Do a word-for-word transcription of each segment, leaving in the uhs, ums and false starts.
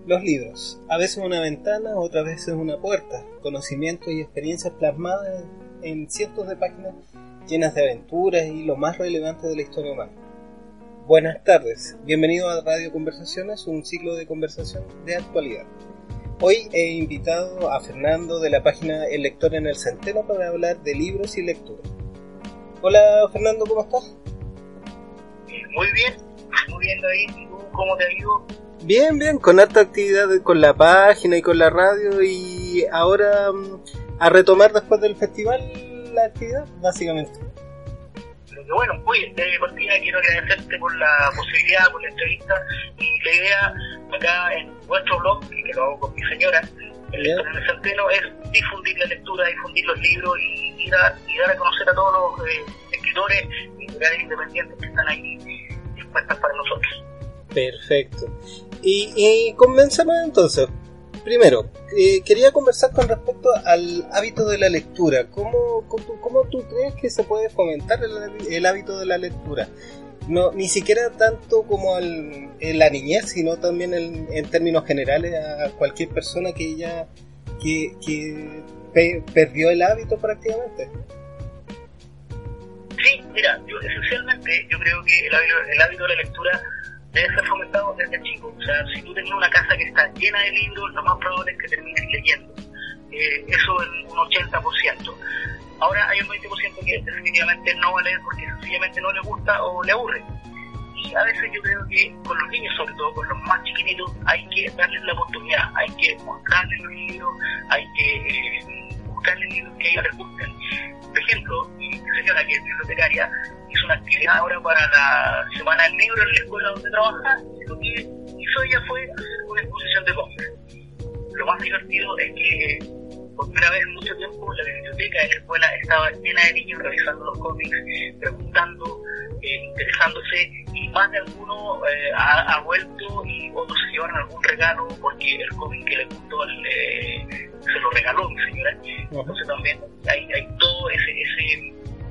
Los libros, a veces una ventana, otras veces una puerta, conocimientos y experiencias plasmadas en cientos de páginas llenas de aventuras y lo más relevante de la historia humana. Buenas tardes, bienvenido a Radio Conversaciones, un ciclo de conversación de actualidad. Hoy he invitado a Fernando de la página El Lector en el Centeno para hablar de libros y lectura. Hola Fernando, ¿cómo estás? Muy bien, muy bien David, ¿y tú cómo te ha ido? Bien, bien, con harta actividad con la página y con la radio y ahora um, a retomar después del festival la actividad, básicamente. Pero que bueno, oye, de partida quiero agradecerte por la posibilidad, por la entrevista y la idea acá en nuestro blog, que lo hago con mi señora, El Lector en el Centeno, es difundir la lectura, difundir los libros y, y, dar, y dar a conocer a todos los eh, escritores y editoriales independientes que están ahí dispuestas para nosotros. Perfecto. Y, y comencemos entonces. Primero, eh, quería conversar con respecto al hábito de la lectura. ¿Cómo, cómo, cómo tú crees que se puede fomentar el, el hábito de la lectura? No, ni siquiera tanto como el, en la niñez, sino también en, en términos generales a cualquier persona que ya que, que pe, perdió el hábito prácticamente. Sí, mira, yo esencialmente yo creo que el hábito, el hábito de la lectura debe ser fomentado desde chico. O sea, si tú tenías una casa que está llena de libros, lo más probable es que termines leyendo. Eh, eso en un ochenta por ciento. Ahora hay un veinte por ciento que definitivamente no va a leer porque sencillamente no le gusta o le aburre. Y a veces yo creo que con los niños, sobre todo con los más chiquititos, hay que darles la oportunidad, hay que mostrarles los libros, hay que eh, buscarles libros que a ellos les gusten. Por ejemplo, mi señora, que es bibliotecaria, hizo una actividad ahora para la Semana del Libro en la escuela donde trabaja, y lo que hizo ella fue hacer una exposición de cómics. Lo más divertido es que por primera vez en mucho tiempo la biblioteca de la escuela estaba llena de niños revisando los cómics, preguntando, eh, interesándose, y más de alguno eh, ha, ha vuelto y otros se llevaron algún regalo porque el cómic que le gustó eh, se lo regaló mi señora. Entonces también hay, hay todo ese, ese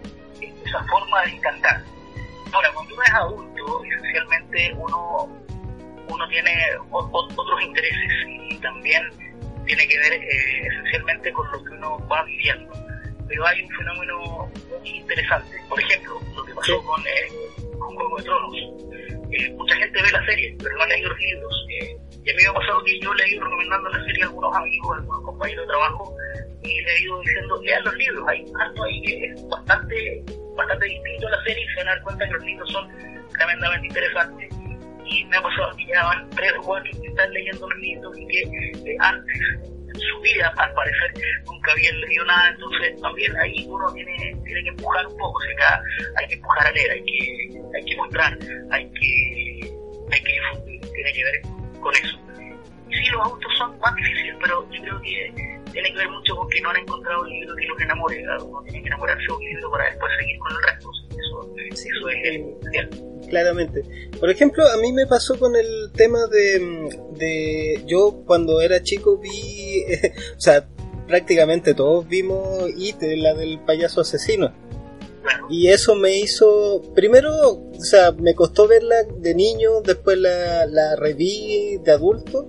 esa forma de encantar. Ahora, cuando uno es adulto, esencialmente uno uno tiene o, o, otros intereses y también tiene que ver eh, esencialmente con lo que uno va viviendo. Pero hay un fenómeno muy interesante. Por ejemplo, lo que pasó con, eh, con Juego de Tronos. Eh, mucha gente ve la serie, pero no ha leído los libros. Eh, y a mí me ha pasado que yo le he ido recomendando la serie a algunos amigos, a algunos compañeros de trabajo, y le he ido diciendo, lean los libros. Hay algo ahí que es bastante, bastante distinto a la serie y se van a dar cuenta que los libros son tremendamente interesantes. Y me ha pasado que ya van tres o cuatro que están leyendo los libros y que eh, antes, en su vida, al parecer, nunca habían leído nada. Entonces también ahí uno tiene, tiene que empujar un poco. O sea, acá hay que empujar a leer, hay que, hay que mostrar, hay que, hay que difundir, tiene que ver con eso. Y sí, los adultos son más difíciles, pero yo creo que tiene que ver mucho con que no han encontrado un libro que los enamore. Uno tiene que enamorarse de un libro para después seguir con el resto. Eso, eso es esencial. Claramente. Por ejemplo, a mí me pasó con el tema de, de yo cuando era chico vi, eh, o sea, prácticamente todos vimos It, la del payaso asesino. Claro. Y eso me hizo, primero, o sea, me costó verla de niño, después la, la reví de adulto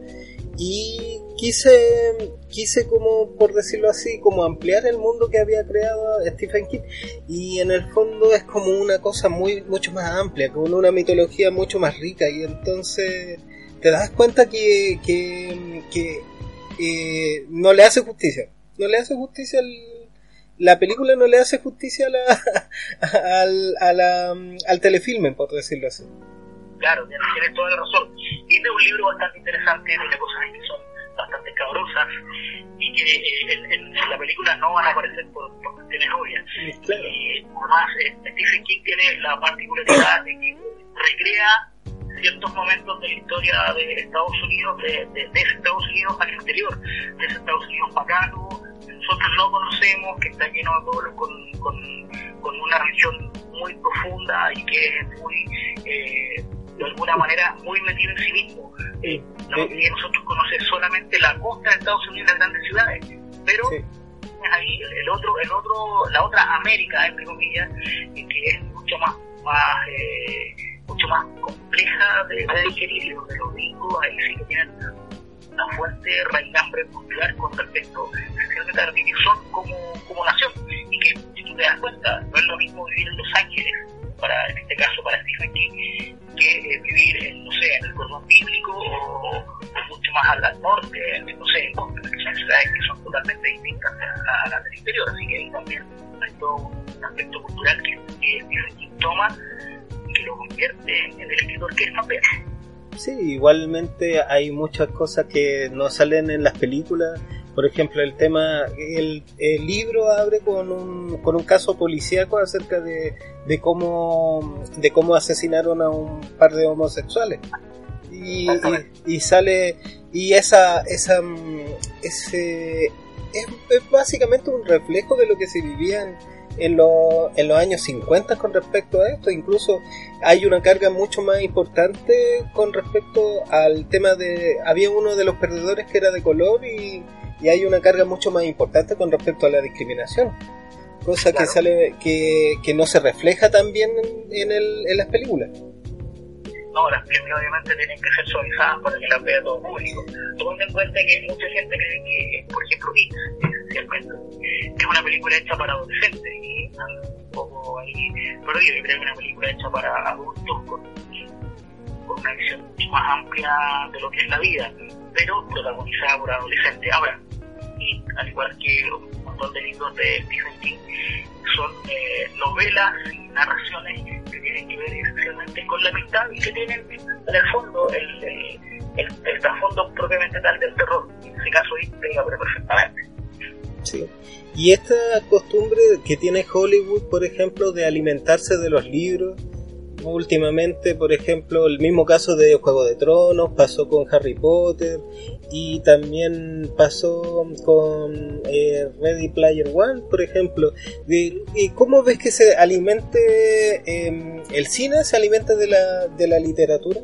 y quise quise como, por decirlo así, como ampliar el mundo que había creado Stephen King, y en el fondo es como una cosa muy mucho más amplia, con una mitología mucho más rica, y entonces te das cuenta que que, que eh, no le hace justicia no le hace justicia al, la película no le hace justicia a la, al, a la, al telefilme, por decirlo así. Claro, tienes, tienes toda la razón. Tiene un libro bastante interesante, tiene cosas que son bastante cabrosas y que eh, en, en, en la película no van a aparecer por, por cuestiones obvias. Claro. Y además, eh, Stephen King tiene la particularidad de que recrea ciertos momentos de la historia de Estados Unidos, de, de, de ese Estados Unidos al exterior, de ese Estados Unidos bacano, que nosotros no conocemos, que está lleno de pueblos con, con, con una religión muy profunda y que es muy, eh, de alguna manera, muy metido en sí mismo. Eh, la mayoría de nosotros conoce solamente la costa de Estados Unidos y las grandes ciudades, pero sí. Ahí el otro, el otro, la otra América, entre comillas, que es mucho más, más eh, mucho más compleja de, de digerir, y donde los gringos ahí sí que tienen una fuerte raigambre cultural con respecto esencialmente a lo que son como, como nación, y que si tú te das cuenta, no es lo mismo vivir en Los Ángeles, para en este caso para Stephen King, que eh, vivir en, no sé, en el cordón bíblico o, o mucho más al, al norte, en, no sé, en Boston, que son ciudades que son totalmente distintas a, a las del interior, así que ahí también hay todo un aspecto cultural que, que Stephen King toma y que lo convierte en el escritor que es también. Sí, igualmente hay muchas cosas que no salen en las películas. Por ejemplo, el tema, el, el libro abre con un, con un caso policíaco acerca de, de cómo de cómo asesinaron a un par de homosexuales. Y, y, y sale, y esa, esa ese es, es básicamente un reflejo de lo que se vivía en, en, lo, en los años cincuenta con respecto a esto. Incluso hay una carga mucho más importante con respecto al tema de, había uno de los perdedores que era de color, y y hay una carga mucho más importante con respecto a la discriminación, cosa claro. que sale que, que no se refleja tan bien en, en, el, en las películas. No, las películas obviamente tienen que ser suavizadas para que las vea todo público, tomando en cuenta que mucha gente cree que, por ejemplo, It, esencialmente es una película hecha para adolescentes, y un poco ahí, pero yo creo que es una película hecha para adultos con, con una visión mucho más amplia de lo que es la vida, pero protagonizada por adolescentes. Ahora, y al igual que un montón de libros de Stephen King, son eh, novelas y narraciones que tienen que ver esencialmente con la amistad y que tienen en el fondo el, el, el, el trasfondo propiamente tal del terror. En ese caso, ahí pega perfectamente. Sí. Y esta costumbre que tiene Hollywood, por ejemplo, de alimentarse de los libros, últimamente, por ejemplo, el mismo caso de Juego de Tronos, pasó con Harry Potter, y también pasó con eh, Ready Player One, por ejemplo. ¿Y, y cómo ves que se alimente eh, el cine se alimenta de la de la literatura?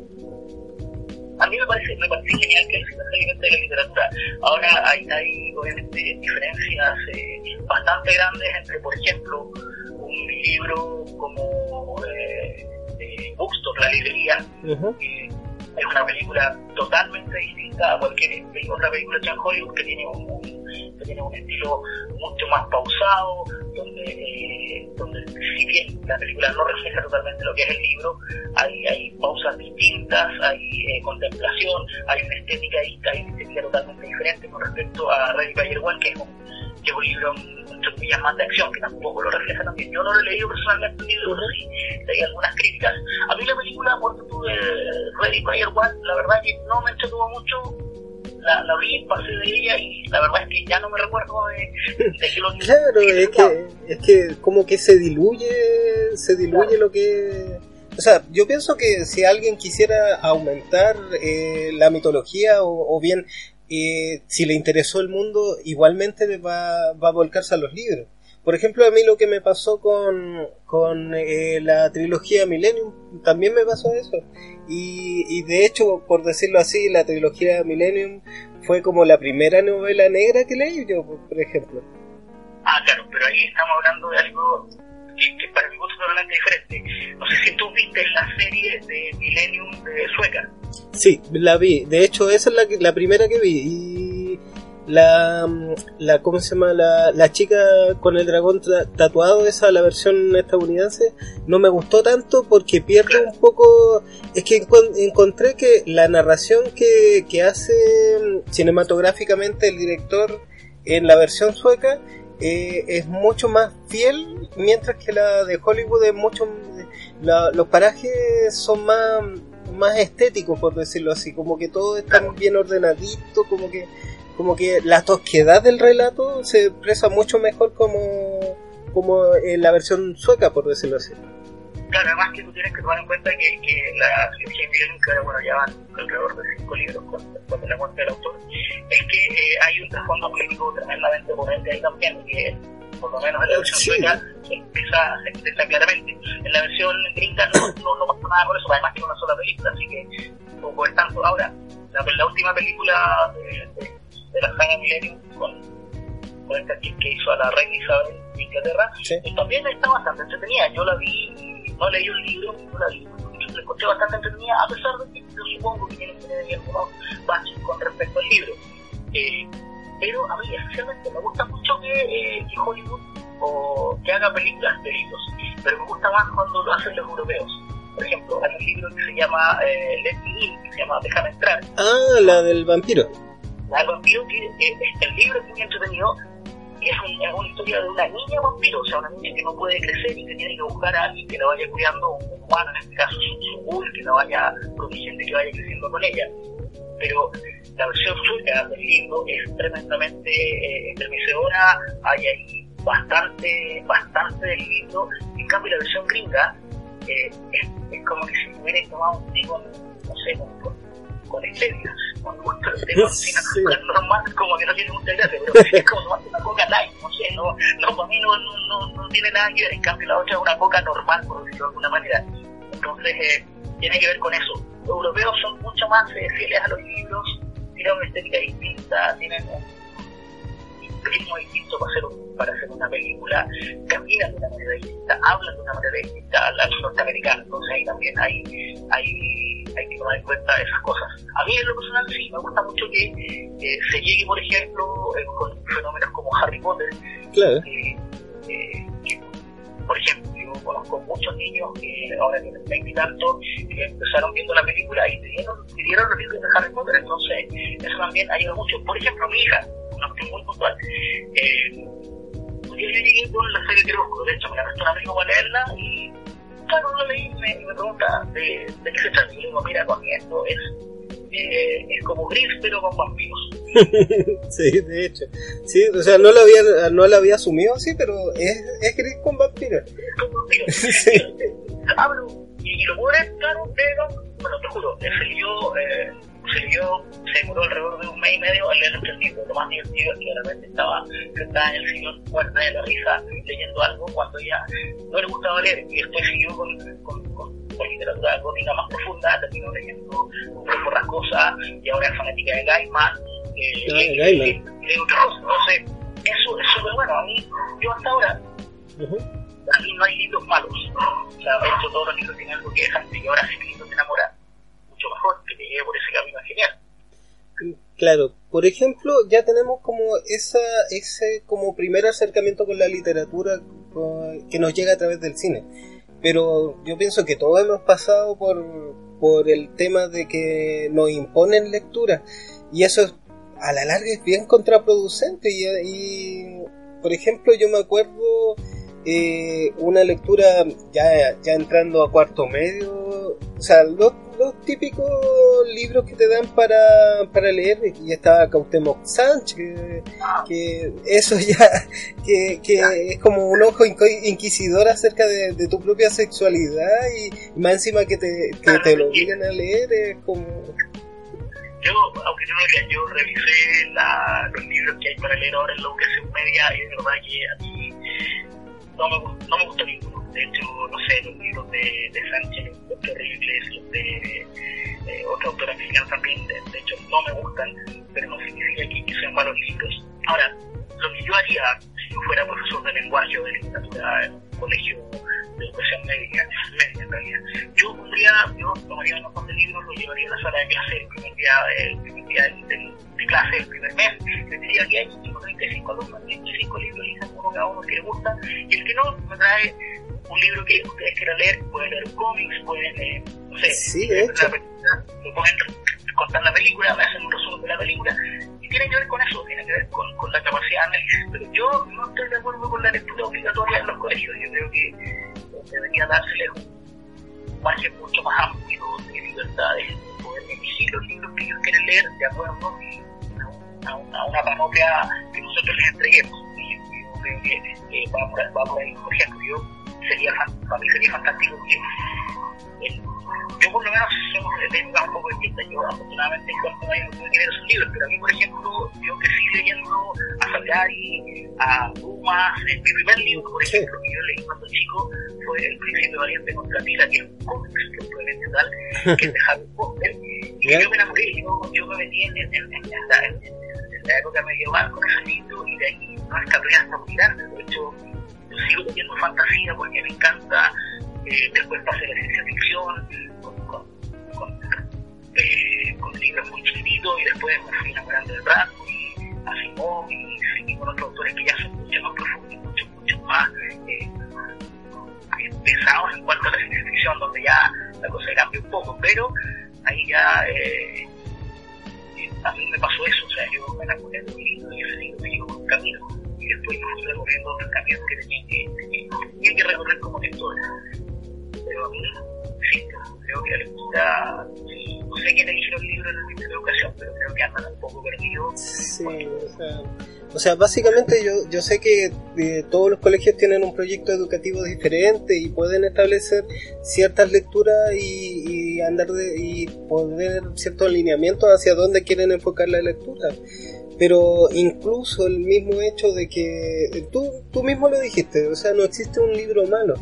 A mí me parece, me parece genial que el cine se alimente de la literatura. Ahora hay, hay obviamente diferencias eh, bastante grandes entre, por ejemplo, un libro como eh, Bookstore, la librería, uh-huh. que es una película totalmente distinta a cualquier otra película hecha en Hollywood, que tiene un, que tiene un estilo mucho más pausado, donde, eh, donde si bien la película no refleja totalmente lo que es el libro, hay, hay pausas distintas, hay eh, contemplación, hay una estética distinta, hay una estética totalmente diferente con respecto a Ready Player One, que es un, que es un libro entre comillas más de acción, que tampoco lo refleja también. Yo no lo he leído personalmente el libro, pero sí leí algunas críticas. A mí la película, por ejemplo, de Ready Player One, la verdad que no me entretuvo mucho. La, la vi, pasé de ella, y la verdad es que ya no me recuerdo de, de que lo claro, es que, es que como que se diluye, se diluye claro. lo que... O sea, yo pienso que si alguien quisiera aumentar eh, la mitología, o, o bien eh, si le interesó el mundo, igualmente va, va a volcarse a los libros. Por ejemplo, a mí lo que me pasó con, con eh, la trilogía Millennium, también me pasó eso. Y, y de hecho, por decirlo así, la trilogía Millennium fue como la primera novela negra que leí yo, por ejemplo. Ah, claro, pero ahí estamos hablando de algo que, que para mi gusto es totalmente diferente. No sé si tú viste la serie de Millennium de Sueca. Sí, la vi. De hecho, esa es la, la primera que vi. Y la, la ¿cómo se llama? La, la chica con el dragón tra- tatuado, esa, la versión estadounidense, no me gustó tanto porque pierde un poco. Es que encont- encontré que la narración que, que hace cinematográficamente el director en la versión sueca eh, es mucho más fiel, mientras que la de Hollywood es mucho, la, los parajes son más más estéticos, por decirlo así, como que todo está bien ordenadito, como que como que la tosquedad del relato se expresa mucho mejor como como en la versión sueca, por decirlo así. Claro, además que tú tienes que tomar en cuenta que, que la trilogía Millennium, que bueno, ya van alrededor de cinco libros con, con la muerte del autor, es que eh, hay un trasfondo político tremendamente potente ahí también, que por lo menos en la versión sí. sueca se empieza, se expresa claramente. En la versión gringa no, no, no pasa nada con eso, además que es una sola película, así que tampoco es tanto. Ahora, la, la última película de, de, de la saga Millennium con, con esta chica que hizo a la reina Isabel de Inglaterra, sí. eh, también está bastante entretenida. Yo la vi, no leí el libro, no la vi, la encontré bastante entretenida, a pesar de que yo supongo que tienen que tener algunos baches con respecto al libro. Eh, pero a mí esencialmente me gusta mucho que, eh, que Hollywood o que haga películas de libros, pero me gusta más cuando lo hacen los europeos. Por ejemplo, hay un libro que se llama eh, Let Me In, que se llama Déjame Entrar. Ah, la del vampiro. La del vampiro, que eh, el libro es muy entretenido. Es, un, es una historia de una niña vampiro, o sea, una niña que no puede crecer y que tiene que buscar a alguien que la vaya cuidando, un humano, en este caso su, su ghoul, que la vaya protegiendo y que vaya creciendo con ella. Pero la versión sueca del libro es tremendamente eh, estremecedora, hay ahí bastante, bastante del libro. En cambio, la versión gringa eh, es, es como que si hubieran tomado un té con, no sé, con, con, con stevia, con gusto de té, sin azúcar normal, como que no tiene mucha gracia, pero es como tomar una coca light, no sé, no, no, para mí no, no, no, no tiene nada que ver. En cambio, la otra es una coca normal, por decirlo de alguna manera. Entonces, eh, tiene que ver con eso. Los europeos son mucho más eh, fieles a los libros, tienen una estética distinta, tienen un ritmo distinto para hacer, un, para hacer una película, caminan de una manera distinta, hablan de una manera distinta a los norteamericanos. Entonces ahí también hay, hay, hay que tomar en cuenta esas cosas. A mí en lo personal sí, me gusta mucho que eh, se llegue, por ejemplo, eh, con fenómenos como Harry Potter. Claro. Eh, eh, que, por ejemplo, yo conozco muchos niños que ahora tienen veinte y tanto, que empezaron viendo la película y pidieron, pidieron los libros de Harry Potter. Entonces eso también ayuda mucho. Por ejemplo, mi hija, una cuestión muy puntual, eh, yo llegué con la serie Crepúsculo, de hecho me la prestó un amigo para leerla y claro, lo leí y me, me pregunta de, de qué se trata. Y yo digo, mira, con esto es, eh, es como Gris pero con vampiros. Sí, de hecho. Sí, o sea, no lo había, no lo había asumido así, pero es, es Gris con vampiros. Es con vampiros. Sí. Hablo, y, y lo puedo leer, claro, pero, bueno, te juro, se leyó, eh, se leyó, se demoró alrededor de un mes y medio al leer los tres libros. Lo más divertido es que de repente estaba sentada en el sillón, muerta de la risa, leyendo algo cuando ella no le gustaba leer, y después siguió con, con, con, con literatura gótica más profunda, terminó leyendo Un Borrascosa, y ahora es fanática de Gaiman. Eh, ah, y, Gaiman. Y, y de otra cosa. Entonces, eso es súper bueno. A mí, yo hasta ahora, uh-huh. a mí no hay libros malos. O sea, de hecho, todos los libros tienen algo que dejarte, y ahora si el libro te enamora, mucho mejor, que te lleve por ese camino genial. Claro, por ejemplo, ya tenemos como esa ese como primer acercamiento con la literatura con, que nos llega a través del cine. Pero yo pienso que todos hemos pasado por, por el tema de que nos imponen lectura, y eso es, a la larga es bien contraproducente. Y, y por ejemplo, yo me acuerdo eh, una lectura ya, ya entrando a cuarto medio, o sea, los, los típicos libros que te dan para, para leer, y estaba Cuauhtémoc Sánchez, que, que eso ya, que, que es como un ojo inquisidor acerca de, de tu propia sexualidad, y, y más encima que te, que te lo obligan a leer, es como... Yo, aunque no lo creas, yo revisé la, los libros que hay para leer ahora en la educación media, y de verdad que a mí no me, no me gustó ninguno. De hecho, no sé, los libros de, de Sánchez, los terribles, los de eh, otra autora mexicana también, de, de hecho no me gustan, pero no significa que, que sean malos libros. Ahora, lo que yo haría si yo fuera profesor de lenguaje o de literatura en un colegio de educación media, media en realidad, yo pondría, yo tomaría un montón de libros, los llevaría a la sala de clase el primer día, el primer día de, de, de clase, el primer mes, les diría que hay treinta y cinco alumnos, treinta y cinco libros, elijan uno cada uno que les gusta, y el que no, me trae un libro que ustedes quieran leer. Pueden leer cómics, pueden, eh, no sé, sí, de hecho. La película, me pueden contar la película, me hacen un resumen de la película, y tiene que ver con eso, tiene que ver con, con la capacidad de análisis. Pero yo no estoy de acuerdo con la lectura obligatoria en los colegios. Yo creo que debería dársele un margen mucho más amplio de libertad, de poder elegir los libros que ellos quieren leer de acuerdo a una, a una panoplia que nosotros les entreguemos. Y yo, yo creo que eh, va, por, va por ahí. Por ejemplo, yo sería, para mí sería fantástico que eh, yo por lo menos somos de épocas un poco distintas. Yo afortunadamente en cuanto a ellos no quiero leer sus libros, pero a mí, por ejemplo, yo crecí leyendo a Salgari, a Dumas. Mi primer libro, por ejemplo, que yo leí cuando chico fue El Príncipe Valiente contra Tila, que es un cómic propiamente tal, que es de Harry Potter, y yeah. yo me enamoré, yo, yo me metí en, en, en, en, esta, en, en la época medieval con ese libro, y de ahí no escapé hasta muy grande. De hecho, yo sigo leyendo fantasía porque me encanta. Eh, después pasé la ciencia ficción con, con, con eh, con libros muy chiquititos, y después me fui enamorando de Bradbury, Asimov, y seguí con otros autores que ya son mucho más profundos, mucho, mucho más eh, pesados en cuanto a la ciencia ficción, donde ya la cosa cambia un poco, pero ahí ya eh, a mí me pasó eso, o sea, yo me enamoré de un libro y ese libro me llevó por un camino, y después me fui recorriendo otros caminos que tenía que, tenía, tenía que recorrer como lector. Pero a mí, sí, creo que la lectura, no sé quién eligió el libro en el Ministerio de Educación, pero creo que andan un poco perdidos. Sí, o sea, o sea, básicamente yo, yo sé que eh, todos los colegios tienen un proyecto educativo diferente y pueden establecer ciertas lecturas y, y andar de, y poner ciertos alineamientos hacia dónde quieren enfocar la lectura. Pero incluso el mismo hecho de que tú, tú mismo lo dijiste, o sea, no existe un libro malo.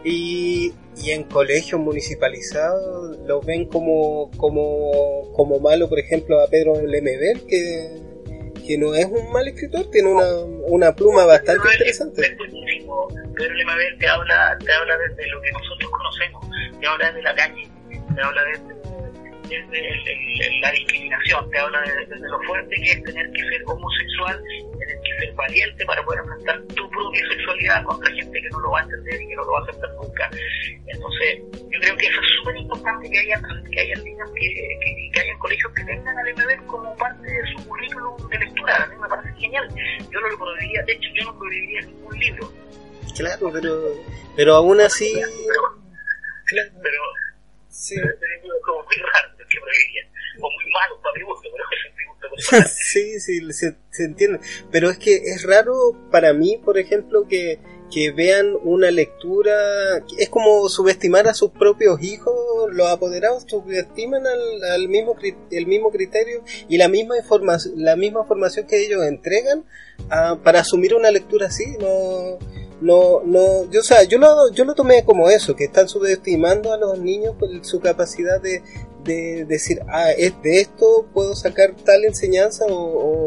Y, y en colegios municipalizados lo ven como, como, como malo, por ejemplo, a Pedro Lemebel, que, que no es un mal escritor, tiene una, una pluma bastante Pedro interesante. Es buenísimo. Pedro Lemebel te habla, te habla desde lo que nosotros conocemos, te habla de la calle, te habla desde, desde el, el, la discriminación, te habla desde, desde lo fuerte que es tener que ser homosexual, tener que ser valiente para poder enfrentar tu propia sexualidad contra gente que no lo va a entender y que no lo va a aceptar nunca. Entonces, yo creo que eso es súper importante, que haya, que haya niños que, que, que haya colegios que tengan al M B como parte de su currículum de lectura. A mí me parece genial. Yo no lo prohibiría, de hecho, yo no prohibiría ningún libro. Claro, pero, pero aún así... Pero, claro, pero sí. Es como muy raro que prohibiría, o muy malo para mi gusto, pero es mi gusto personal. Sí, sí, se, se entiende. Pero es que es raro para mí, por ejemplo, que, que vean una lectura, es como subestimar a sus propios hijos. Los apoderados subestiman al, al mismo el mismo criterio y la misma información, la misma formación que ellos entregan uh, para asumir una lectura así. No, no, no, yo, o sea, yo lo, yo lo tomé como eso, que están subestimando a los niños por su capacidad de, de decir, ah, es de esto puedo sacar tal enseñanza o,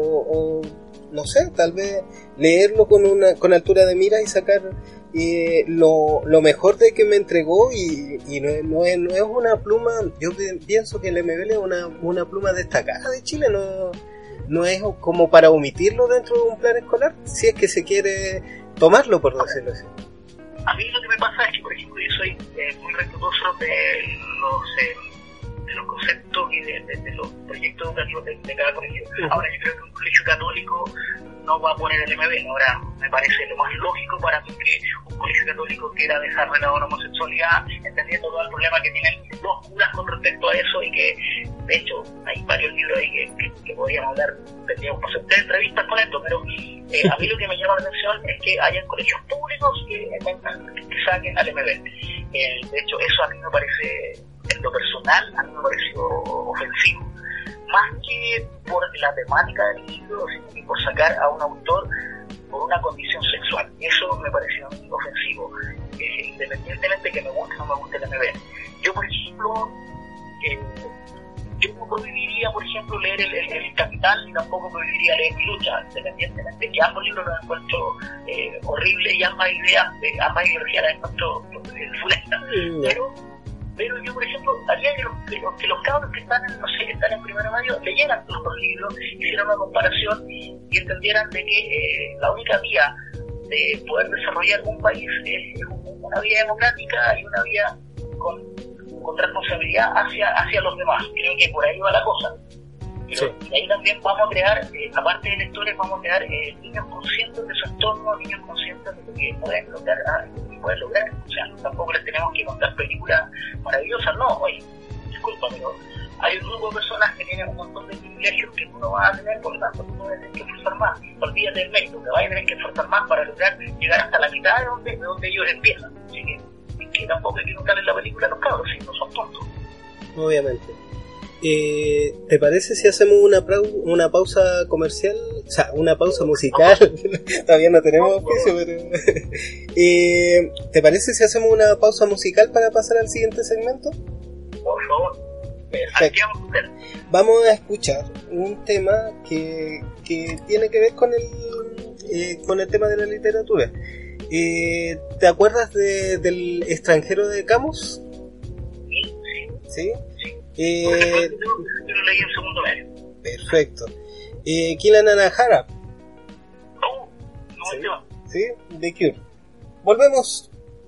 o, o no sé, tal vez leerlo con una con altura de mira y sacar eh, lo, lo mejor de que me entregó y, y no, no, es, no es una pluma, yo pienso que el M B L es una, una pluma destacada de Chile, no, no es como para omitirlo dentro de un plan escolar, si es que se quiere tomarlo, por decirlo así. A mí lo que me pasa es que, por ejemplo, yo soy eh, muy respetuoso de los eh, de los conceptos y de, de, de los proyectos educativos de, de cada colegio. Uh-huh. Ahora, yo creo que un colegio católico no va a poner el M B. Ahora, me parece lo más lógico para mí que un colegio católico quiera dejar de lado la homosexualidad, entendiendo todo el problema que tienen los curas con respecto a eso, y que, de hecho, hay varios libros ahí que, que, que podríamos hablar, tendríamos que hacer tres entrevistas con esto, pero eh, a mí lo que me llama la atención es que hayan colegios públicos que, que, que saquen al M B. Eh, de hecho, eso a mí me parece, en lo personal, a mí me pareció ofensivo. Más que por la temática del libro, sino que por sacar a un autor por una condición sexual. Eso me pareció ofensivo, eh, independientemente de que me guste o no me guste el M B. Yo, por ejemplo, eh, yo no prohibiría, por ejemplo, leer el, el, el Capital, y tampoco prohibiría leer Mi Lucha, independientemente de que ambos libros los encuentro eh, horribles y ambas ideas, eh, ambas ideologías las encuentro eh, funestas. Mm. Pero Pero yo, por ejemplo, haría que los, que los, que los cabros que están en, no sé, que están en primero medio, leyeran los dos libros, hicieran una comparación y entendieran de que eh, la única vía de poder desarrollar un país es una vía democrática y una vía con, con responsabilidad hacia, hacia los demás. Creo que por ahí va la cosa. Pero sí. Ahí también vamos a crear, eh, aparte de lectores, vamos a crear eh, niños conscientes de su entorno, niños conscientes de lo que pueden lograr, ah, pueden lograr. O sea, tampoco les tenemos que contar películas maravillosas, no, oye, disculpa, pero hay un grupo de personas que tienen un montón de privilegios que tú no vas a tener, por lo tanto tú no vas a tener que esforzar más. Olvídate del mérito, te vas a tener que esforzar más para lograr llegar hasta la mitad de donde, de donde ellos empiezan. Así que, que tampoco hay que contarles la película a los cabros, si no son tontos. Obviamente. Eh, ¿Te parece si hacemos una, prau- una pausa comercial? O sea, una pausa musical. Todavía no tenemos oficio, pero... eh, ¿Te parece si hacemos una pausa musical para pasar al siguiente segmento? Por favor. Perfecto. Vamos a escuchar un tema que, que tiene que ver con el, eh, con el tema de la literatura. Eh, ¿Te acuerdas de, del extranjero de Camus? Sí, sí. ¿Sí? Sí. Eh, yo, yo lo leí en segundo medio. Perfecto. Eh, Kilan Anahara. Oh, no, ¿Sí? tema. ¿Sí? The Cure. Volvemos.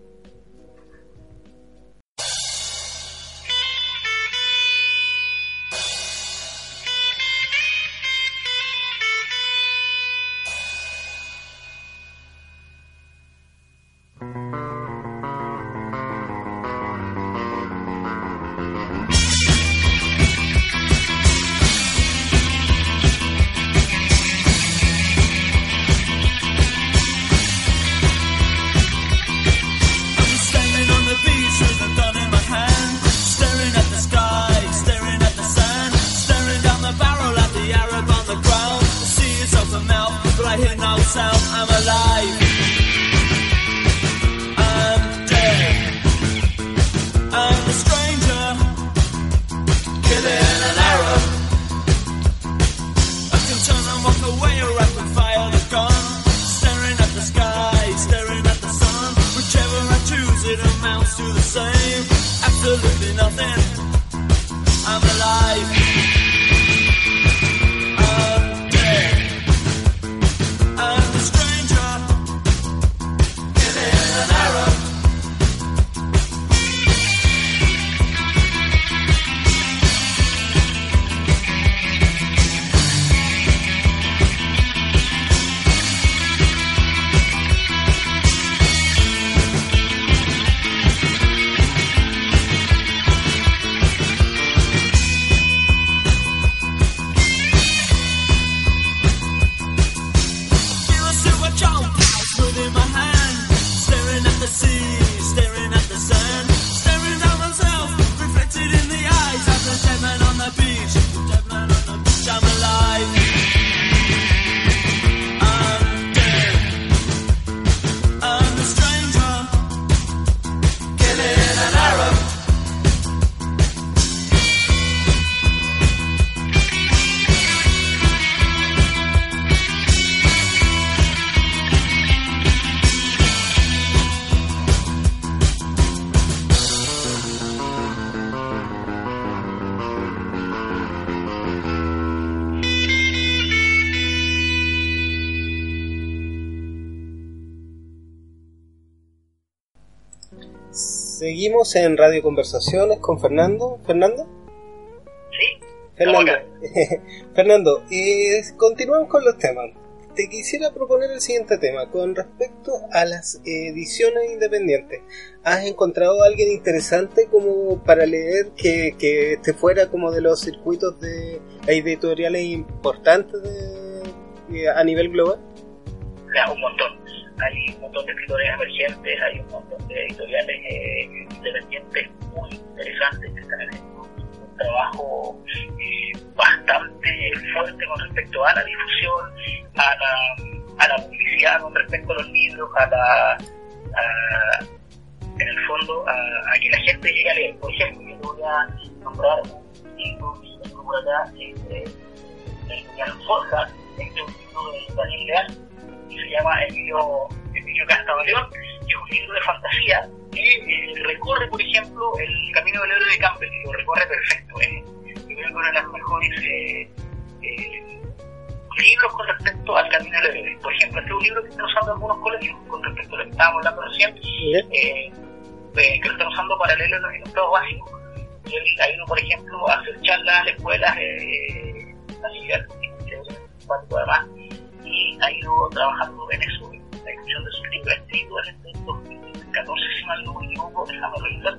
Seguimos en Radio Conversaciones con Fernando. ¿Fernando? Sí. Fernando, Fernando eh, continuamos con los temas. Te quisiera proponer el siguiente tema. Con respecto a las ediciones independientes, ¿has encontrado a alguien interesante como para leer que, que esté fuera como de los circuitos de editoriales importantes de, a nivel global? Ya, un montón. Hay un montón de escritores emergentes, hay un montón de editoriales eh, independientes muy interesantes que están haciendo un trabajo eh, bastante fuerte con respecto a la difusión, a la, a la publicidad con respecto a los libros, a la a, en el fondo a, a que la gente llegue a leer. Por ejemplo, yo voy a nombrar un libro que tengo por acá eh, de Emiliano Forja. Este es un libro de Daniel Leal que se llama Emilio, Emilio Castavaleón, que es un libro de fantasía que eh, recorre, por ejemplo, el camino del héroe de Campbell, y lo recorre perfecto. ¿eh? Yo creo que uno de los mejores eh, eh, libros con respecto al camino del héroe. Por ejemplo, este es un libro que están usando algunos colegios con respecto a lo que estábamos hablando recién, eh, eh, que lo están usando para leer los enunciados básicos. Y él ha ido, por ejemplo, a hacer charlas a escuelas eh, así, además, y ha ido trabajando en eso, en la discusión de sus libros escritos en el dos mil catorce, si mal no me equivoco, déjame revisar.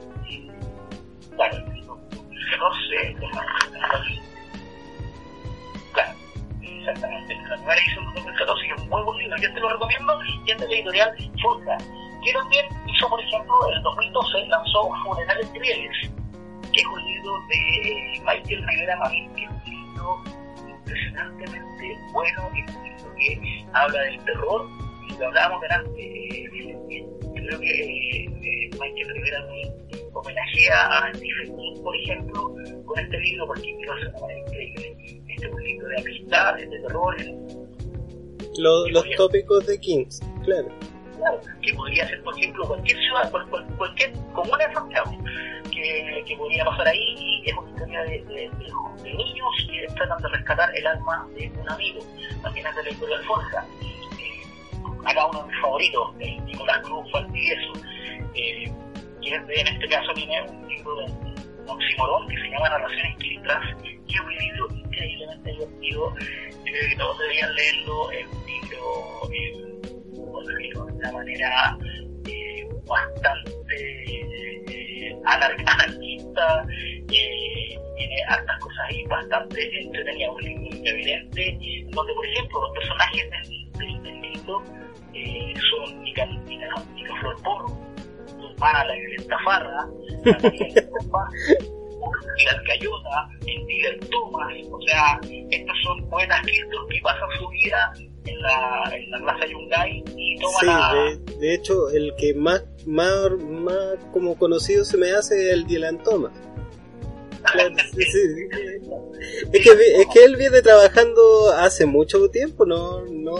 Claro, el dos mil catorce, déjame claro, exactamente, la primera edición del dos mil catorce, que es un muy buen libro, yo te lo recomiendo, y es de la editorial Forja, que también hizo, por ejemplo, en el dos mil doce lanzó Funerales de Rieles, que es un libro de Michael Rivera Marín, que es un libro impresionantemente bueno, y un libro que habla del terror, y lo hablábamos delante. Eh, creo que eh, Michael Rivera Marín homenajea a Stephen King, por ejemplo, con este libro, porque lo hace de una manera increíble. Este es un libro de amistad, de terror. Lo, los podría, tópicos de King, claro. Claro, que podría ser, por ejemplo, cualquier ciudad, cual, cual, cualquier comuna de Santiago, que, que podría pasar ahí, y es una historia de, de, de, de niños que tratan de rescatar el alma de un amigo. También es de la editorial Forja. Eh, acá uno de mis favoritos, eh, Nicolás Cruz Valdivieso, eh, que es de, en este caso tiene un libro de Oxímoron que se llama Narraciones Escritas, y es un libro increíblemente divertido. Yo creo que todos deberían leerlo. Es un libro, eh, por decirlo de una manera eh, bastante eh, anarquista, eh, tiene hartas cosas ahí bastante entretenidas, un libro muy evidente, donde por ejemplo los personajes del, del, del libro eh, son Mica, Mica, Mica Flor Porro, su hermana la Violeta Farra, la María Copa, el Alcayota, el Dealer Thomas. O sea, estos son poetas críticos que pasan su vida en la, en la plaza Yungay y toman sí, la... de, de hecho, el que más, más, más como conocido se me hace es el Dylan Thomas. Claro, sí, sí. Es que, es que él viene trabajando hace mucho tiempo, no, no,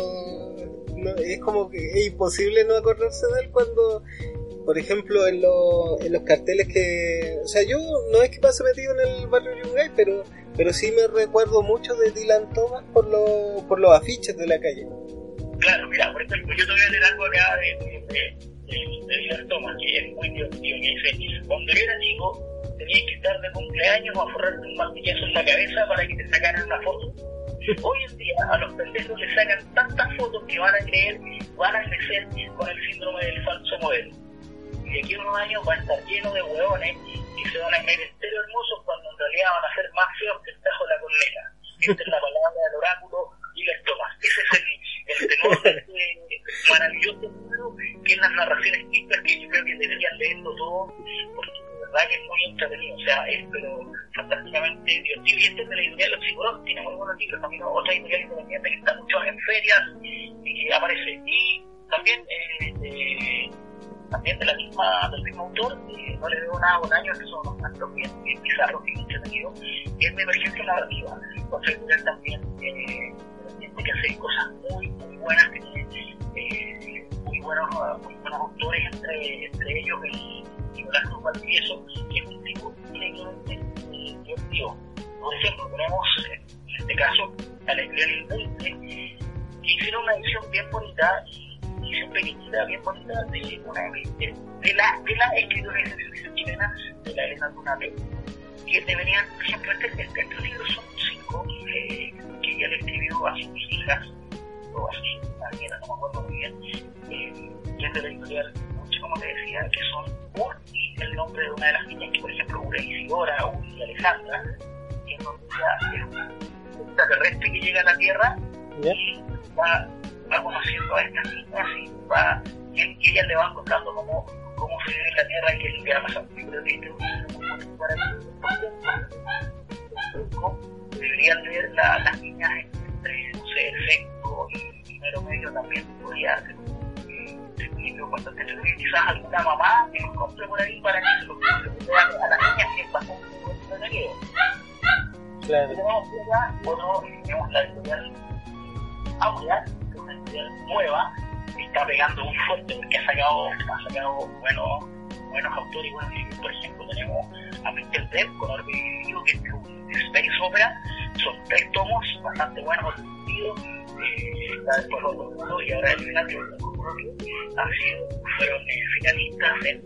no, es como que es imposible no acordarse de él cuando, por ejemplo, en, lo, en los carteles que, o sea, yo no es que pase metido en el barrio Yungay, pero, pero sí me recuerdo mucho de Dylan Thomas por, lo, por los afiches de la calle. Claro, mira, por ejemplo, yo te voy a leer algo acá de, de, de, de Dylan Thomas, que es muy divertido, que dice: cuando yo era chico, tenías que estar de cumpleaños o a forrarte un martillazo en la cabeza para que te sacaran una foto. Hoy en día a los pendejos les sacan tantas fotos que van a creer, van a crecer con el síndrome del falso modelo. Y de aquí a unos años va a estar lleno de hueones que se van a creer entero hermosos cuando en realidad van a ser más feos que el tajo de la corneta. Esta es la palabra del oráculo y las tomas. Ese es el, el tenor de este maravilloso libro, que es las narraciones típicas, que yo creo que deberían leerlo todo, porque de verdad que es muy entretenido. O sea, es pero fantásticamente divertido. Y este es de la editorial Oxímoron, tiene muy buenos libros. También otra editorial independiente que está mucho en ferias y que aparece. Y también eh, eh, también de la misma, del mismo autor, eh, no le veo nada a un año, que son unos actos bien, bien bizarros y entretenidos, es de Emergencia Narrativa, con editorial también eh, que hace cosas muy, muy buenas, que tiene eh, muy buenos muy buenos autores, entre, entre ellos el Nicolás Cruz Valdivieso, que es un tipo increíblemente divertido. Por ejemplo, tenemos en este caso a la editorial El Bunte, que hicieron una edición bien bonita, edición pequeñita, bien bonita, de una de, de la de la escritora de ciencia ficción chilena, de la Elena Dunate, que deberían, por ejemplo, este, este, estos libros son cinco eh, que ella le escribió a sus hijas o a sus nietas, no me acuerdo muy bien, eh, y es de la editorial, como te decía, que son Ur y el nombre de una de las niñas, que por ejemplo Ura Isidora, Ur y Alejandra, que en donde ella es un extraterrestre que llega a la Tierra y va va conociendo a estas niñas y va y, y ellas le van contando cómo, cómo se vive en la Tierra y qué es lo que va pasando. Yo creo que este es un libro muy bueno para el deberían leer la, las niñas entre, no sé, el sexto y primero medio también podría ser un libro bastante entretenido. Quizás alguna mamá que los compre por ahí para que se los vean a las niñas, que es bastante entretenido. Claro. Tenemos otro, tenemos la editorial Aurea, nueva, está pegando muy fuerte porque ha sacado, ha sacado buenos, buenos autores y buenos libros. Por ejemplo, tenemos a Mister Depp con Orbe y Vivo, que es un space opera, son tres tomos bastante buenos, divertidos, eh, está después los dos uno y ahora el final que han sido, fueron eh, finalistas en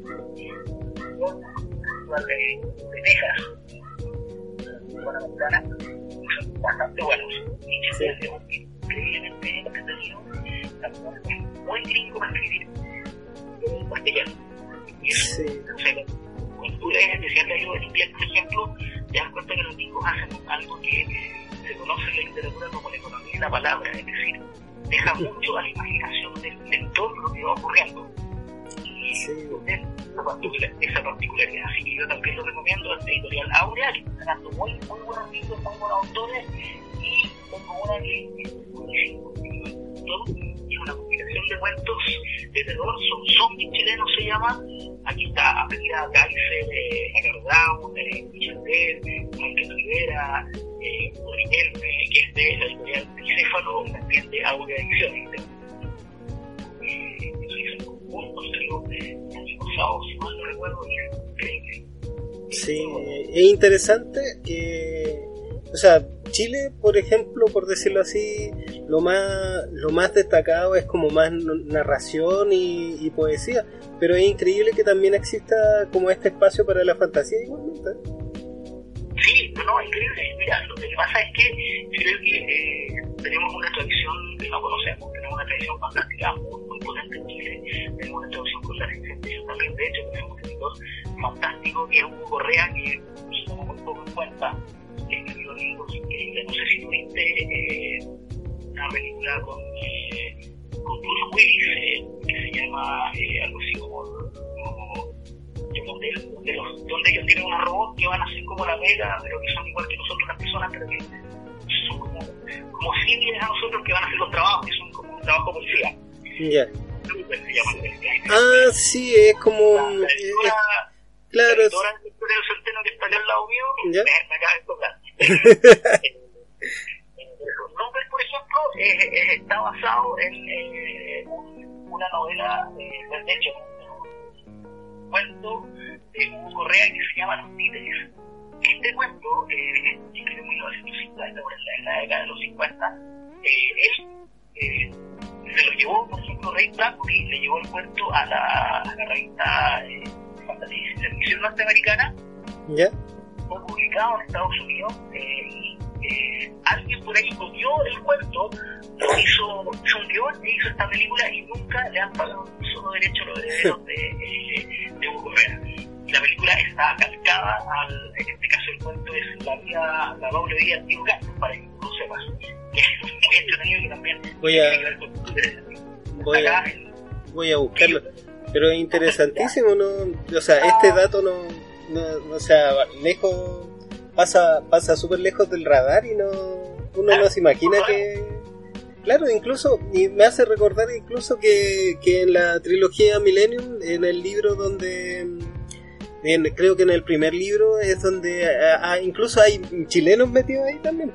de, de Texas, una ventana, son bastante buenos y sí. Es un increíblemente entretenido, también muy gringo para escribir en castellano. Y eso, sí. Entonces, cuando tú lees el libro en inglés, por ejemplo, te das cuenta que los gringos hacen algo que se conoce en la literatura como la economía de la palabra, es decir, deja mucho a la imaginación del lector lo que va ocurriendo. Y sí. esa, particular, esa particularidad. Así que yo también lo recomiendo, el editorial Aurea, que está sacando muy, muy buenos libros, muy buenos autores, y tengo una que es y es una compilación de cuentos de terror, son zombies chilenos, se llama. Aquí está Avenida Kaiser, eh, Agardown, eh, Michel Del, Michael Rivera, eh, Riquelme, que es de la editorial Tricéfalo, también de Aurea Ediciones. Eh, eso hizo un concurso, creo, el año pasado, si mal no recuerdo, y es increíble. Sí, es interesante que, o sea, Chile, por ejemplo, por decirlo así, lo más lo más destacado es como más narración y, y poesía, pero es increíble que también exista como este espacio para la fantasía igualmente. Sí, no, no, increíble. Mira, lo que pasa es que creo que eh, tenemos una tradición que no conocemos, tenemos una tradición fantástica muy, muy potente en Chile, tenemos una tradición con la ciencia ficción también, de hecho tenemos un escritor fantástico que es Hugo Correa, que nos tomamos muy poco en cuenta, que escribió libros increíbles. No sé si tuviste eh, una película con, eh, con Bruce Willis, eh, que se llama eh, algo así como, como donde, donde, los, donde ellos tienen unos robots que van a ser como la Mega, pero que son igual que nosotros las personas, pero que son como, como similares a nosotros, que van a hacer los trabajos, que son como un trabajo policía. Ya. Yeah. Ah, sí, es como... La, la editora, eh, claro, la editora del del Centeno que está aquí al lado mío, ¿ya? me, me acaba de tocar. Nobel, por ejemplo, eh, eh, está basado en eh, una novela, eh, de hecho, un cuento de Hugo Correa que se llama Los Títeres. Este cuento, eh, en mil novecientos cincuenta, por en la década de los cincuenta, eh, él eh, se lo llevó, por ejemplo, Ray Bradbury le llevó el cuento a la, a la revista eh, Fantasía y Ciencia Ficción norteamericana. ¿Ya? Fue publicado en Estados Unidos. Eh, eh, alguien por ahí copió el cuento, lo hizo, hizo un guión e hizo esta película y nunca le han pagado un solo derecho a los herederos de, eh, de Hugo Correa. Y la película está calcada al, en este caso el cuento es la vida, la doble vida de Tío Gato, para que tú lo sepas, que es muy entretenido, que también voy a tiene que ver con voy a, voy a buscarlo, pero es interesantísimo, ¿no? O sea, este dato no, no, o sea, lejos pasa pasa súper lejos del radar y no uno no se imagina que, claro, incluso, y me hace recordar incluso que, que en la trilogía Millennium, en el libro donde en, creo que en el primer libro es donde a, a, incluso hay chilenos metidos ahí también.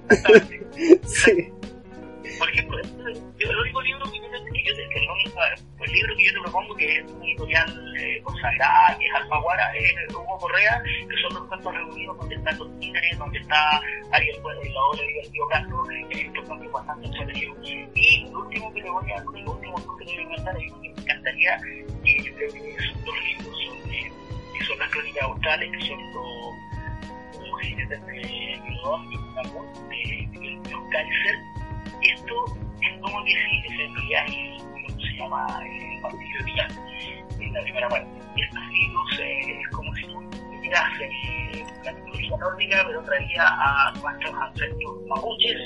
Sí. Por ejemplo, el único libro que yo, que yo que el, único, el libro que yo te propongo, que es una editorial eh, consagrada, que es Alfaguara, es Hugo Correa, que son los cuentos reunidos donde están los títeres, donde está Ariel, bueno, la obra de Tío Castro, estos cuentos bastante entretenidos. Y lo último que le voy a, el último que le voy a comentar es uno que me encantaría, que yo creo que esos dos libros son, eh, que son las crónicas australes, que son los, los jinetes de Milodón y Unamur, de, de, de los Kaiser. Esto es como que sí, es el viaje, lo que se llama el martillo de Villán, en la primera parte. Y estos libros eh, es como si tú miras eh, la mitología nórdica, pero traía a nuestros ancestros mapuches.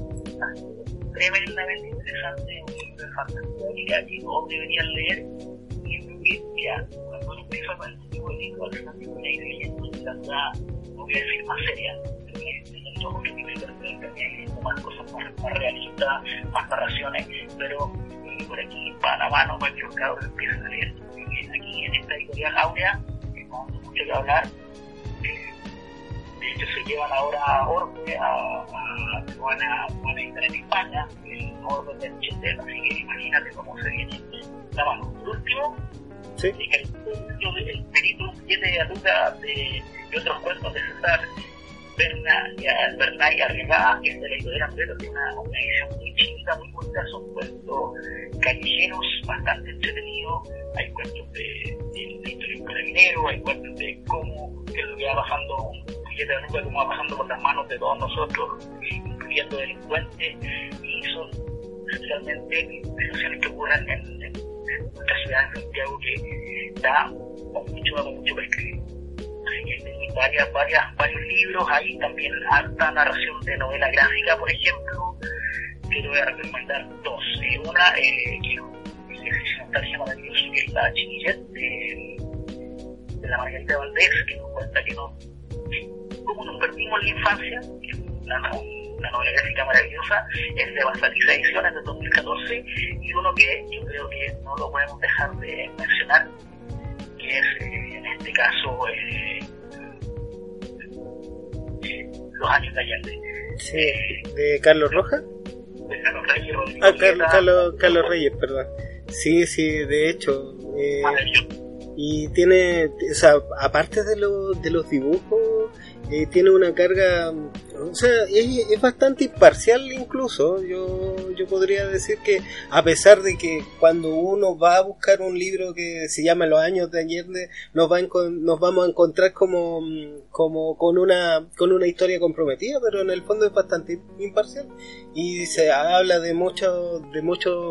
Tremendamente interesante, un libro de fantasía que todos deberían leer. Y que, mira, cuando uno empieza con este tipo de libros, al final una idea leyendo de la verdad, no voy a decir más seria, pero es leyendo otro tipo de literatura también, más cosas más, más realistas, más narraciones, pero eh, por aquí en Panamá no me he equivocado, empiezan a leer. Aquí en esta editorial Áurea, que no hay mucho que hablar, eh, de hecho se llevan ahora a Orbe, a, a, a, van, a, van a estar en España, el Orbe de Chester, así que imagínate cómo se viene la mano. Por último, ¿sí? el, el perito siete de Aluga de, de otros cuentos de César Bernay Arriagada, que es de la editorial Ambrero, tiene una, una edición muy chiquita, muy bonita, son cuentos callejeros, bastante entretenidos, hay cuentos de, de, de historia de un carabinero, hay cuentos de cómo, que es lo que va pasando, un billete de Aluga, cómo va pasando por las manos de todos nosotros, incluyendo delincuentes, y son esencialmente situaciones que ocurren en, en, en nuestra ciudad de Santiago, que da con mucho, con mucho para escribir. Así que hay varias, varias, varios libros, hay también harta narración de novela gráfica, por ejemplo, que te voy a recomendar dos. Eh, una, eh, que es un ejercicio nostalgia maravilloso, que es La Chinillet, de, de la Margarita Valdés, que nos cuenta que no, cómo nos perdimos la infancia, que es una, una novela gráfica maravillosa, es de Basaliza Ediciones de dos mil catorce, y uno que yo creo que no lo podemos dejar de mencionar, que es eh, en este caso eh, Los Años de Allende. Sí, ¿de Carlos Rojas? De Carlos Reyes, Rodrigo Ah, Carlos, Carlos, Carlos Reyes, perdón. Sí, sí, de hecho. Eh, y tiene, o sea, aparte de, lo, de los dibujos, eh, tiene una carga, o sea, es, es bastante imparcial incluso. Yo, yo podría decir que a pesar de que cuando uno va a buscar un libro que se llama Los años de Allende, nos, va a, nos vamos a encontrar como, como con una con una historia comprometida, pero en el fondo es bastante imparcial y se habla de mucho, de mucho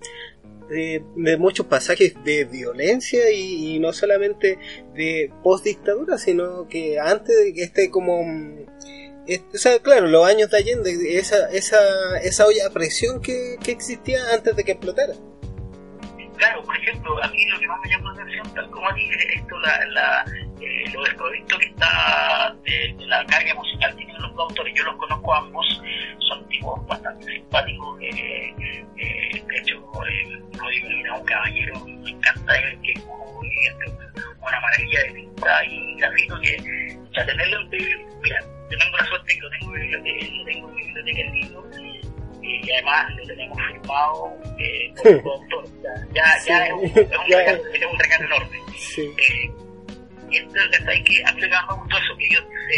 De, de muchos pasajes de violencia y, y no solamente de post dictadura, sino que antes de que esté como es, o sea, claro, los años de Allende, esa esa esa olla de presión que, que existía antes de que explotara. Claro, por ejemplo, a mí lo que más me llama la atención, tal como a ti, es esto, la, la, eh, lo desprovisto que está de, de la carga musical que tienen los dos autores. Yo los conozco a ambos, son tipos bastante simpáticos, eh, eh, de hecho, eh, Rodrigo era un caballero, me encanta el que es una maravilla de pinta y grafito que, o sea, tenerlo en biblioteca, mira, yo tengo la suerte que lo tengo en biblioteca, lo tengo en biblioteca el libro, y además lo tenemos firmado eh, por el productor. Ya, ya, ya es un, es un, regalo, es un regalo enorme. Sí. Eh, y entonces hay que, a mí me gustó eso, que ellos se,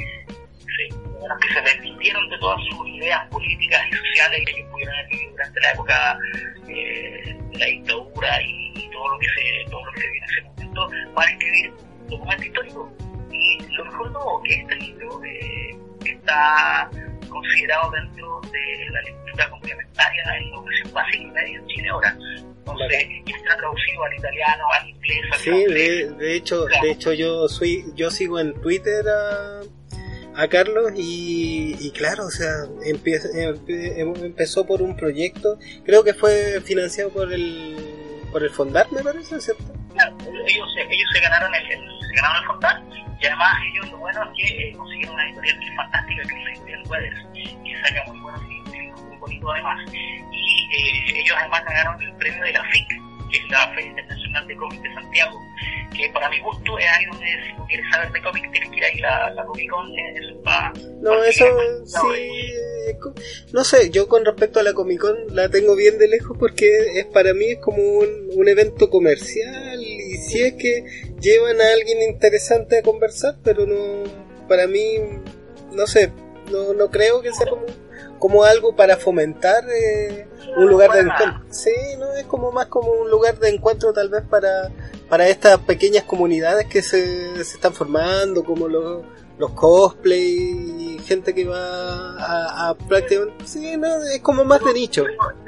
se, bueno, que se desvistieron de todas sus ideas políticas y sociales que ellos pudieron haber vivido durante la época eh, de la dictadura y, y todo lo que se todo lo que se viene en ese momento para escribir un documento histórico. Y lo mejor no, que este libro eh, está considerado dentro de la lectura complementaria en la educación básica y media en Chile ahora. Entonces, y está traducido al italiano, al inglés, al sí, de, de hecho, claro. de hecho yo soy, yo sigo en Twitter a, a Carlos y, y claro, o sea, empe, empe, empezó por un proyecto, creo que fue financiado por el por el Fondar, me parece, ¿cierto? Claro, ellos, ellos se ganaron el, el, se ganaron el Fondar. Y además ellos lo bueno es que eh, consiguieron una editorial que es fantástica, que es la editorial Weathers, que saca muy buenos libros, muy bonitos además. Y eh, ellos además ganaron el premio de la F I C, que es la Feria Internacional de Cómic de Santiago, que para mi gusto es ahí donde si tú quieres saber de cómic tienes que ir ahí a la, la Comic Con, eh, eso es para... No, eso sí... No sé, yo con respecto a la Comic Con la tengo bien de lejos porque es para mí es como un, un evento comercial y si es que llevan a alguien interesante a conversar, pero no, para mí, no sé, no, no creo que sea como, como algo para fomentar eh, un lugar de encuentro. Sí, no, es como más como un lugar de encuentro tal vez para, para estas pequeñas comunidades que se, se están formando, como los, los cosplay y gente que va a, a practicar. Sí, no, es como más de nicho.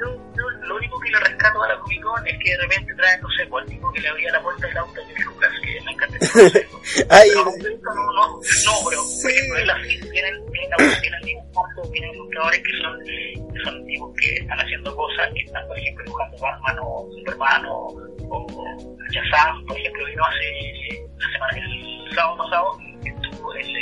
Lo único que le rescato a la Comic Con es que de repente traen, no sé, el tipo que le abría la puerta del auto a George Lucas, que me encanta. Ay, no, no, no, no, pero sí. Por ejemplo, en la F I C tienen, tienen, tienen dibujos, tienen ilustradores que son, que son tipos que están haciendo cosas, que están, por ejemplo, dibujando Batman o Superman o, o Shazam, por ejemplo, vino hace la semana, el sábado pasado, estuvo el,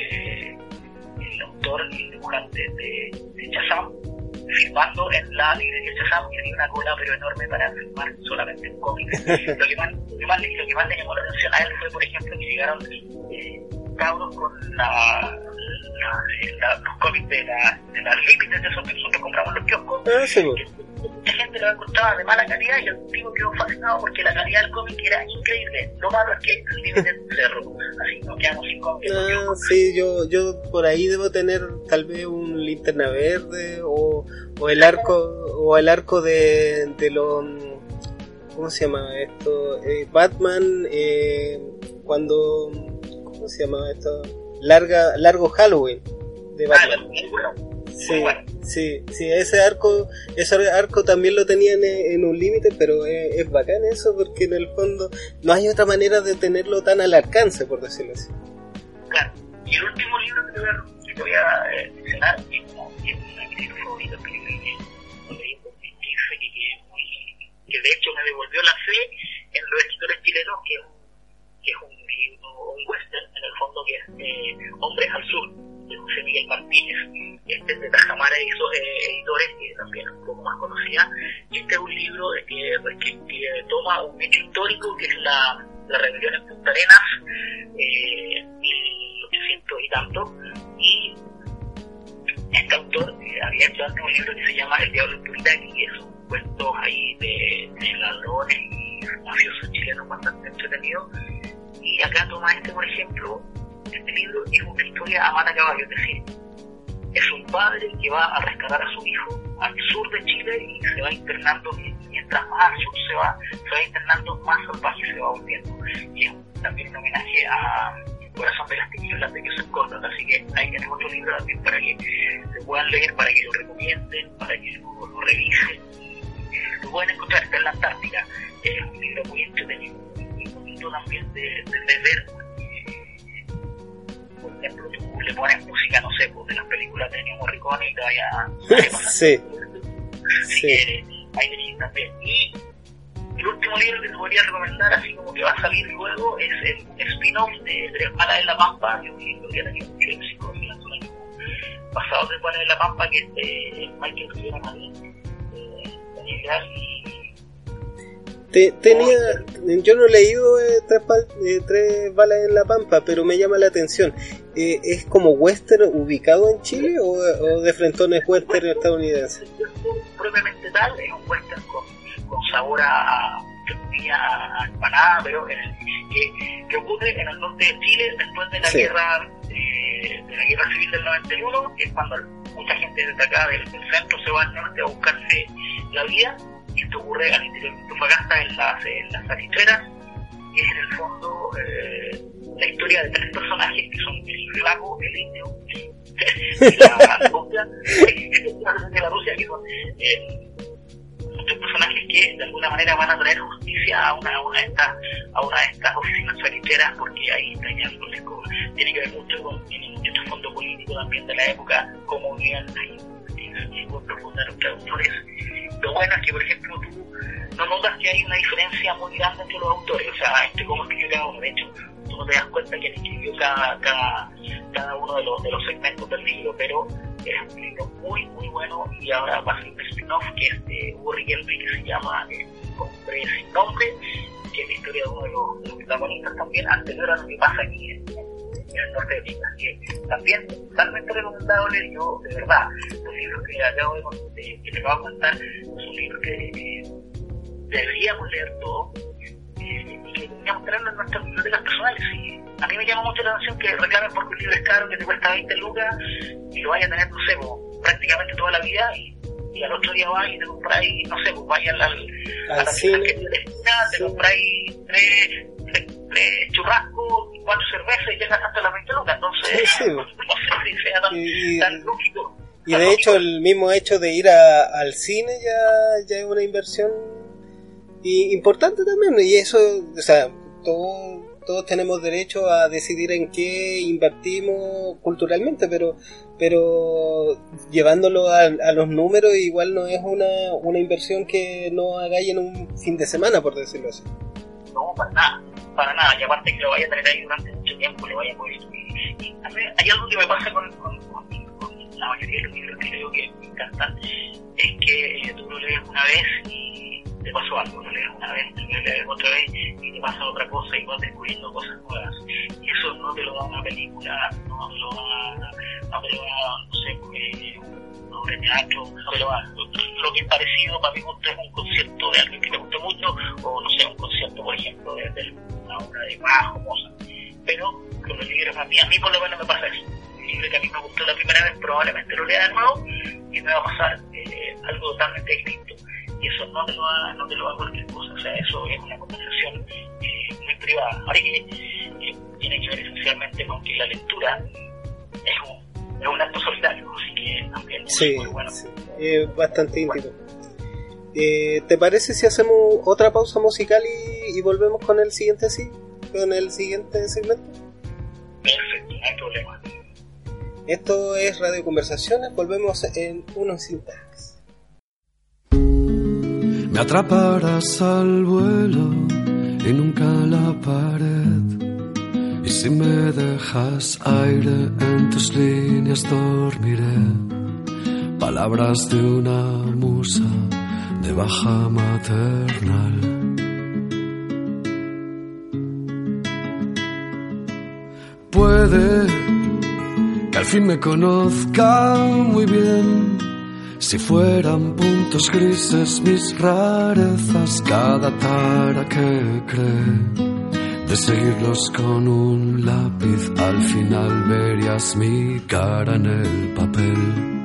el autor y el dibujante de, de Shazam firmando en la librería Shazam, que tenía una cola pero enorme para firmar solamente en cómics. Lo que más, lo que más, lo que más le llamó la atención a él fue, por ejemplo, que llegaron eh, cabros con la, la, la, los cómics de la, de las límites de esos que nosotros compramos en los kioscos. Ah, sí. Mucha gente lo encontraba de mala calidad y el tipo quedó fascinado porque la calidad del cómic era increíble. Lo malo es que el límite cerró, así nos quedamos sin cómics. Ah, sí, yo, yo por ahí debo tener tal vez un Linterna Verde o, o el arco o el arco de, de los, ¿cómo se llama esto? Eh, Batman eh, cuando, ¿cómo se llama esto? Larga, largo Halloween de Batman. Ah, sí, bueno. sí, sí, ese arco, ese arco también lo tenían en, en un límite, pero es, es bacán eso porque en el fondo no hay otra manera de tenerlo tan al alcance, por decirlo así. Claro. Y el último libro que te voy a, que te voy a eh, mencionar es como que es un libro favorito que leí que de hecho me devolvió la fe en los escritores chilenos, que es un, que es un libro, un western, en el fondo, que es eh, Hombres al Sur, de José Miguel Martínez. Este es de Tajamara y esos eh, editores, que también es un poco más conocida. Este es un libro que, que, que toma un hecho histórico, que es la, la rebelión en Punta Arenas, eh, mil ochocientos y tanto, y este autor eh, había hecho antes un libro que se llama El Diablo en Turitaquí, que es un cuentos ahí de, de ladrones y mafiosos chilenos bastante entretenido. Y acá toma este, por ejemplo, este libro es una historia a mata caballo, es decir, es un padre que va a rescatar a su hijo al sur de Chile y se va internando, mientras más al sur se va, se va internando, más salvaje se va volviendo. Y es también un homenaje a Corazón de las Tinieblas de Joseph Conrad, así que ahí tenemos otro libro también para que se puedan leer, para que lo recomienden, para que lo, lo revisen. Lo pueden encontrar, está en la Antártica. Es un libro muy entretenido, muy bonito también de, de, de ver. Por ejemplo, tú le pones música, no sé, pues, de las películas de Ennio Morricone y te vaya a pasar. Sí. Así sí. que ahí tenéis también. Y el último libro que te podría recomendar, así como que va a salir luego, es el spin-off de Tres Balas en la Pampa, que es un libro que ha tenido mucho éxito en el año pasado, Tres Balas en la Pampa, que es de Michael Rivera Madrid, eh, Daniel Gal y... Te, tenía, yo no he leído eh, tres, eh, tres balas en la Pampa, pero me llama la atención. Eh, ¿Es como western ubicado en Chile o, o de frentones western estadounidenses? Propiamente tal, es un western con, con sabor a, a empanada, pero en el, que, que ocurre en el norte de Chile después de la sí. guerra eh, de la guerra civil del noventa y uno, que es cuando mucha gente desde acá del, del centro se va al norte a buscarse la vida. Y esto ocurre al interior de Antofagasta, en las, en las saliceras, y es en el fondo eh, la historia de tres personajes que son el flaco, el indio y la Rusia, de la Rusia, que son eh, tres personajes que de alguna manera van a traer justicia a una, a una de estas a una de estas oficinas saliceras, porque ahí está ya algo que tiene que ver mucho con tiene mucho fondo político también de la época, como bien ahí muy profunda de los traductores. Lo bueno es que, por ejemplo, tú no notas que hay una diferencia muy grande entre los autores, o sea, entre cómo escribió cada uno. De hecho, tú no te das cuenta quién escribió cada, cada, cada uno de los, de los segmentos del libro, pero es un libro muy, muy bueno. Y ahora va a ser un spin-off que es de Hugo Riquelme, que se llama El Hombre Sin Nombre, que es la historia de uno de los, de los protagonistas también, anterior a lo que pasa aquí en, en el norte de Chile. Que también totalmente recomendable. Yo, de verdad, los libros que acabo de, de que te acabo de contar son libros que eh, deberíamos leer todos eh, y que deberíamos tenerlo en nuestras bibliotecas personales. Y a mí me llama mucho la atención que reclamen porque un libro es caro, que te cuesta veinte lucas y lo vaya a tener, no sé, pues, prácticamente toda la vida, y, y al otro día vas y te compráis, no sé, pues vaya al, al, a la tienda que te destina, te compráis tres, tres, tres churrascos, cuatro cervezas y ya gastaste las veinte lucas. Entonces, sí, sí. no, no sé si sea tan, y, tan lógico. Y de hecho el mismo hecho de ir a, al cine ya, ya es una inversión y importante también, y eso, o sea, todo, todos tenemos derecho a decidir en qué invertimos culturalmente, pero pero llevándolo a, a los números igual no es una, una inversión que no hagáis en un fin de semana, por decirlo así. No, para nada, para nada, y aparte que lo vaya a tener ahí durante mucho tiempo, lo vaya a poder estudiar. Y a mí, hay algo que me pasa con, con, con, con la mayoría de los libros que leo que me encantan, es que tú lo lees una vez y te pasó algo, lo lees una vez, te lo lees otra vez y te pasa otra cosa y vas descubriendo cosas nuevas. Y eso no te lo da una película, no te lo da, no te lo da, no sé, eh, una obra de teatro, no te lo da. Lo que es parecido para mi gusto es un concierto de alguien que me guste mucho, o no sé, un concierto, por ejemplo, de, de una obra de Bach o Mozart. Pero con los libros a mí, a mí por lo menos me pasa eso. El libro que a mí me gustó la primera vez probablemente lo lea de nuevo y me va a pasar eh, algo totalmente distinto. Y eso no te lo da, no te lo da cualquier cosa, o sea, eso es una conversación eh, muy privada. Ahora que eh, tiene que ver esencialmente con que la lectura es un, es un acto solidario, así que también es sí, muy bueno. Sí, es bastante íntimo. Eh, ¿Te parece si hacemos otra pausa musical y, y volvemos con el siguiente sí, con el siguiente segmento? Perfecto, no hay problema. Esto es Radio Conversaciones, volvemos en unos instantes. Me atraparás al vuelo y nunca la pared. Y si me dejas aire en tus líneas dormiré. Palabras de una musa de baja maternal. Puede que al fin me conozca muy bien, Si fueran puntos grises mis rarezas, cada tara que cree de seguirlos con un lápiz, al final verías mi cara en el papel.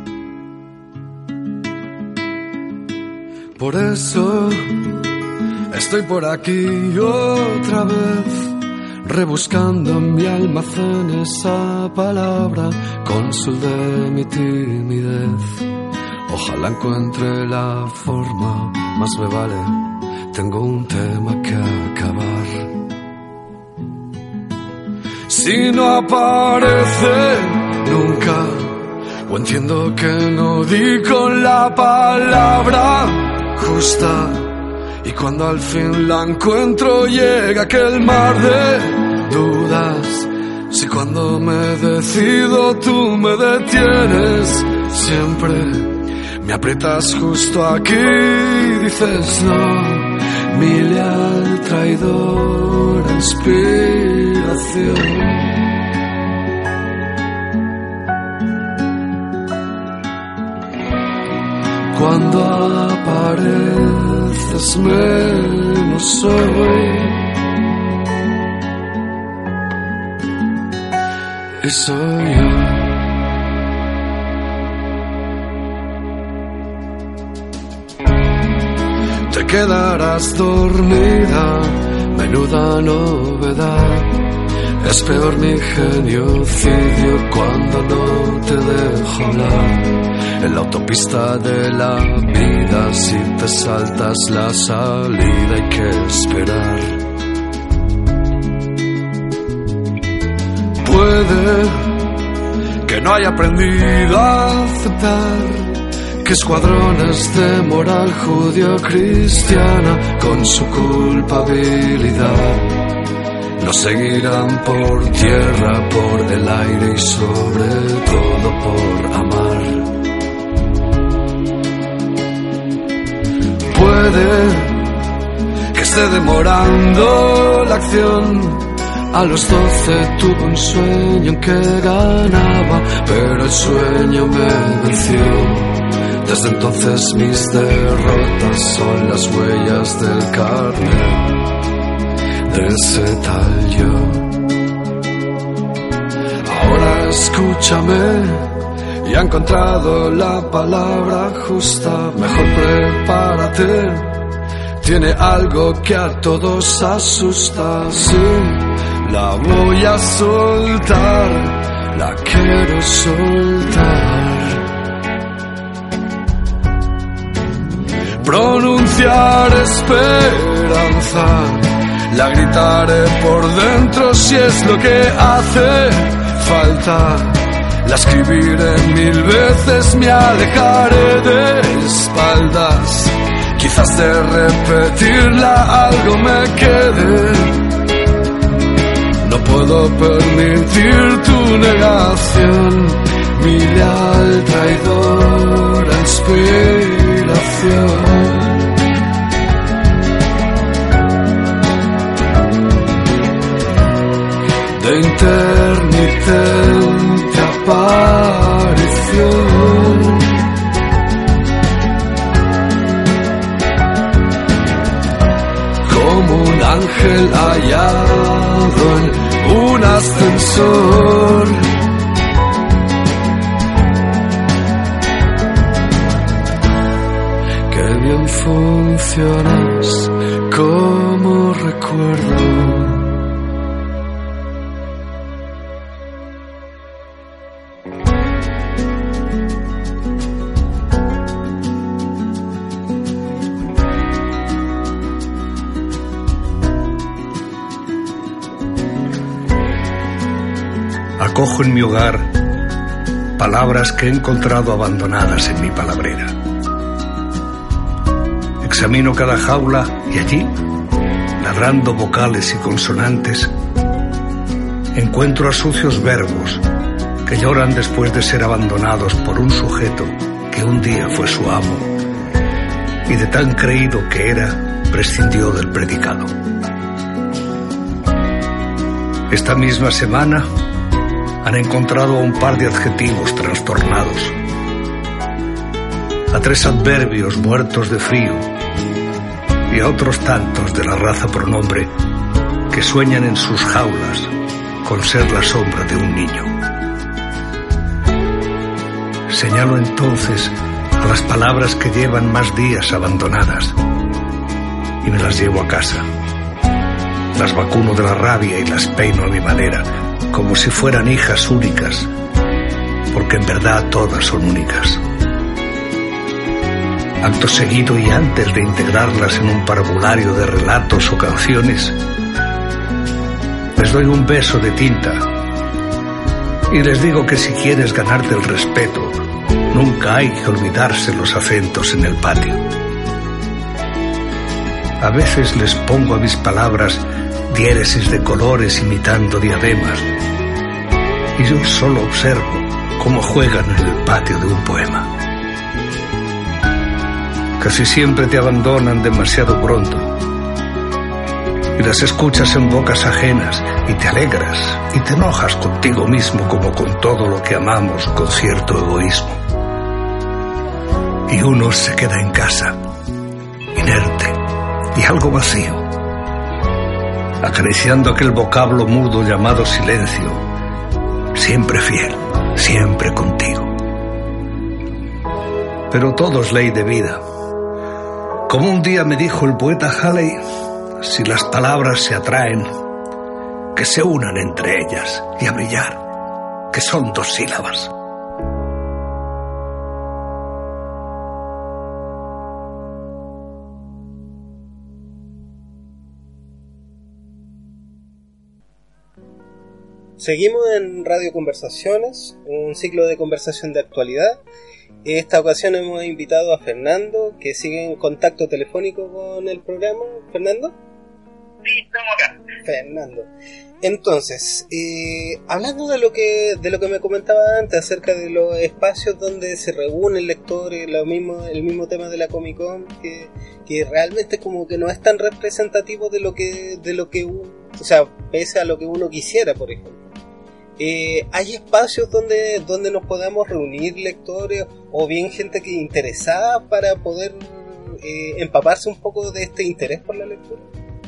Por eso estoy por aquí otra vez, rebuscando en mi almacén esa palabra, cónsul de mi timidez. Ojalá encuentre la forma, más me vale, tengo un tema que acabar. Si no aparece nunca, o entiendo que no di con la palabra justa, y cuando al fin la encuentro llega aquel mar de dudas. Si cuando me decido tú me detienes, siempre me aprietas justo aquí y dices no. Mi leal traidora inspiración. Cuando apareces menos soy, y soy yo. Te quedarás dormida, menuda novedad. Es peor mi genocidio cuando no te dejo hablar. En la autopista de la vida, si te saltas la salida hay que esperar. Puede que no haya aprendido a aceptar que escuadrones de moral judío-cristiana con su culpabilidad nos seguirán por tierra, por el aire y sobre todo por amar. Puede que esté demorando la acción. A los doce tuve un sueño en que ganaba, pero el sueño me venció. Desde entonces mis derrotas son las huellas del carnet de ese tal yo. Ahora escúchame, ya he encontrado la palabra justa. Mejor prepárate, tiene algo que a todos asusta. Sí, la voy a soltar, la quiero soltar. Pronunciar esperanza, la gritaré por dentro si es lo que hace falta. La escribiré mil veces, me alejaré de espaldas. Quizás de repetirla algo me quede. No puedo permitir tu negación, mi leal traidora inspiración. De intermitente aparición, como un ángel hallado en un ascensor. Qué bien funcionas como recuerdo. Acojo en mi hogar palabras que he encontrado abandonadas en mi palabrera. Examino cada jaula y allí, ladrando vocales y consonantes, encuentro a sucios verbos que lloran después de ser abandonados por un sujeto que un día fue su amo y de tan creído que era, prescindió del predicado. Esta misma semana han encontrado a un par de adjetivos trastornados. a tres adverbios muertos de frío y a otros tantos de la raza pronombre que sueñan en sus jaulas con ser la sombra de un niño. Señalo entonces a las palabras que llevan más días abandonadas y me las llevo a casa. Las vacuno de la rabia y las peino a mi manera, como si fueran hijas únicas, porque en verdad todas son únicas. Acto seguido y antes de integrarlas en un parvulario de relatos o canciones, les doy un beso de tinta y les digo que si quieres ganarte el respeto, nunca hay que olvidarse los acentos en el patio. A veces les pongo a mis palabras diéresis de colores imitando diademas y yo solo observo cómo juegan en el patio de un poema. Casi siempre te abandonan demasiado pronto y las escuchas en bocas ajenas y te alegras y te enojas contigo mismo como con todo lo que amamos con cierto egoísmo. Y uno se queda en casa, inerte y algo vacío, acariciando aquel vocablo mudo llamado silencio, siempre fiel, siempre contigo. Pero todo es ley de vida. Como un día me dijo el poeta Halley, si las palabras se atraen, que se unan entre ellas y a brillar, que son dos sílabas. Seguimos en Radio Conversaciones, un ciclo de conversación de actualidad. Esta ocasión hemos invitado a Fernando, que sigue en contacto telefónico con el programa. ¿Fernando? Sí, estamos acá. Fernando. Entonces, eh, hablando de lo que de lo que me comentaba antes acerca de los espacios donde se reúnen lectores, lo mismo, el mismo tema de la Comic Con, que, que realmente como que no es tan representativo de lo que de lo que uno, o sea, pese a lo que uno quisiera, por ejemplo. Eh, ¿Hay espacios donde donde nos podamos reunir lectores o bien gente que interesada para poder eh, empaparse un poco de este interés por la lectura?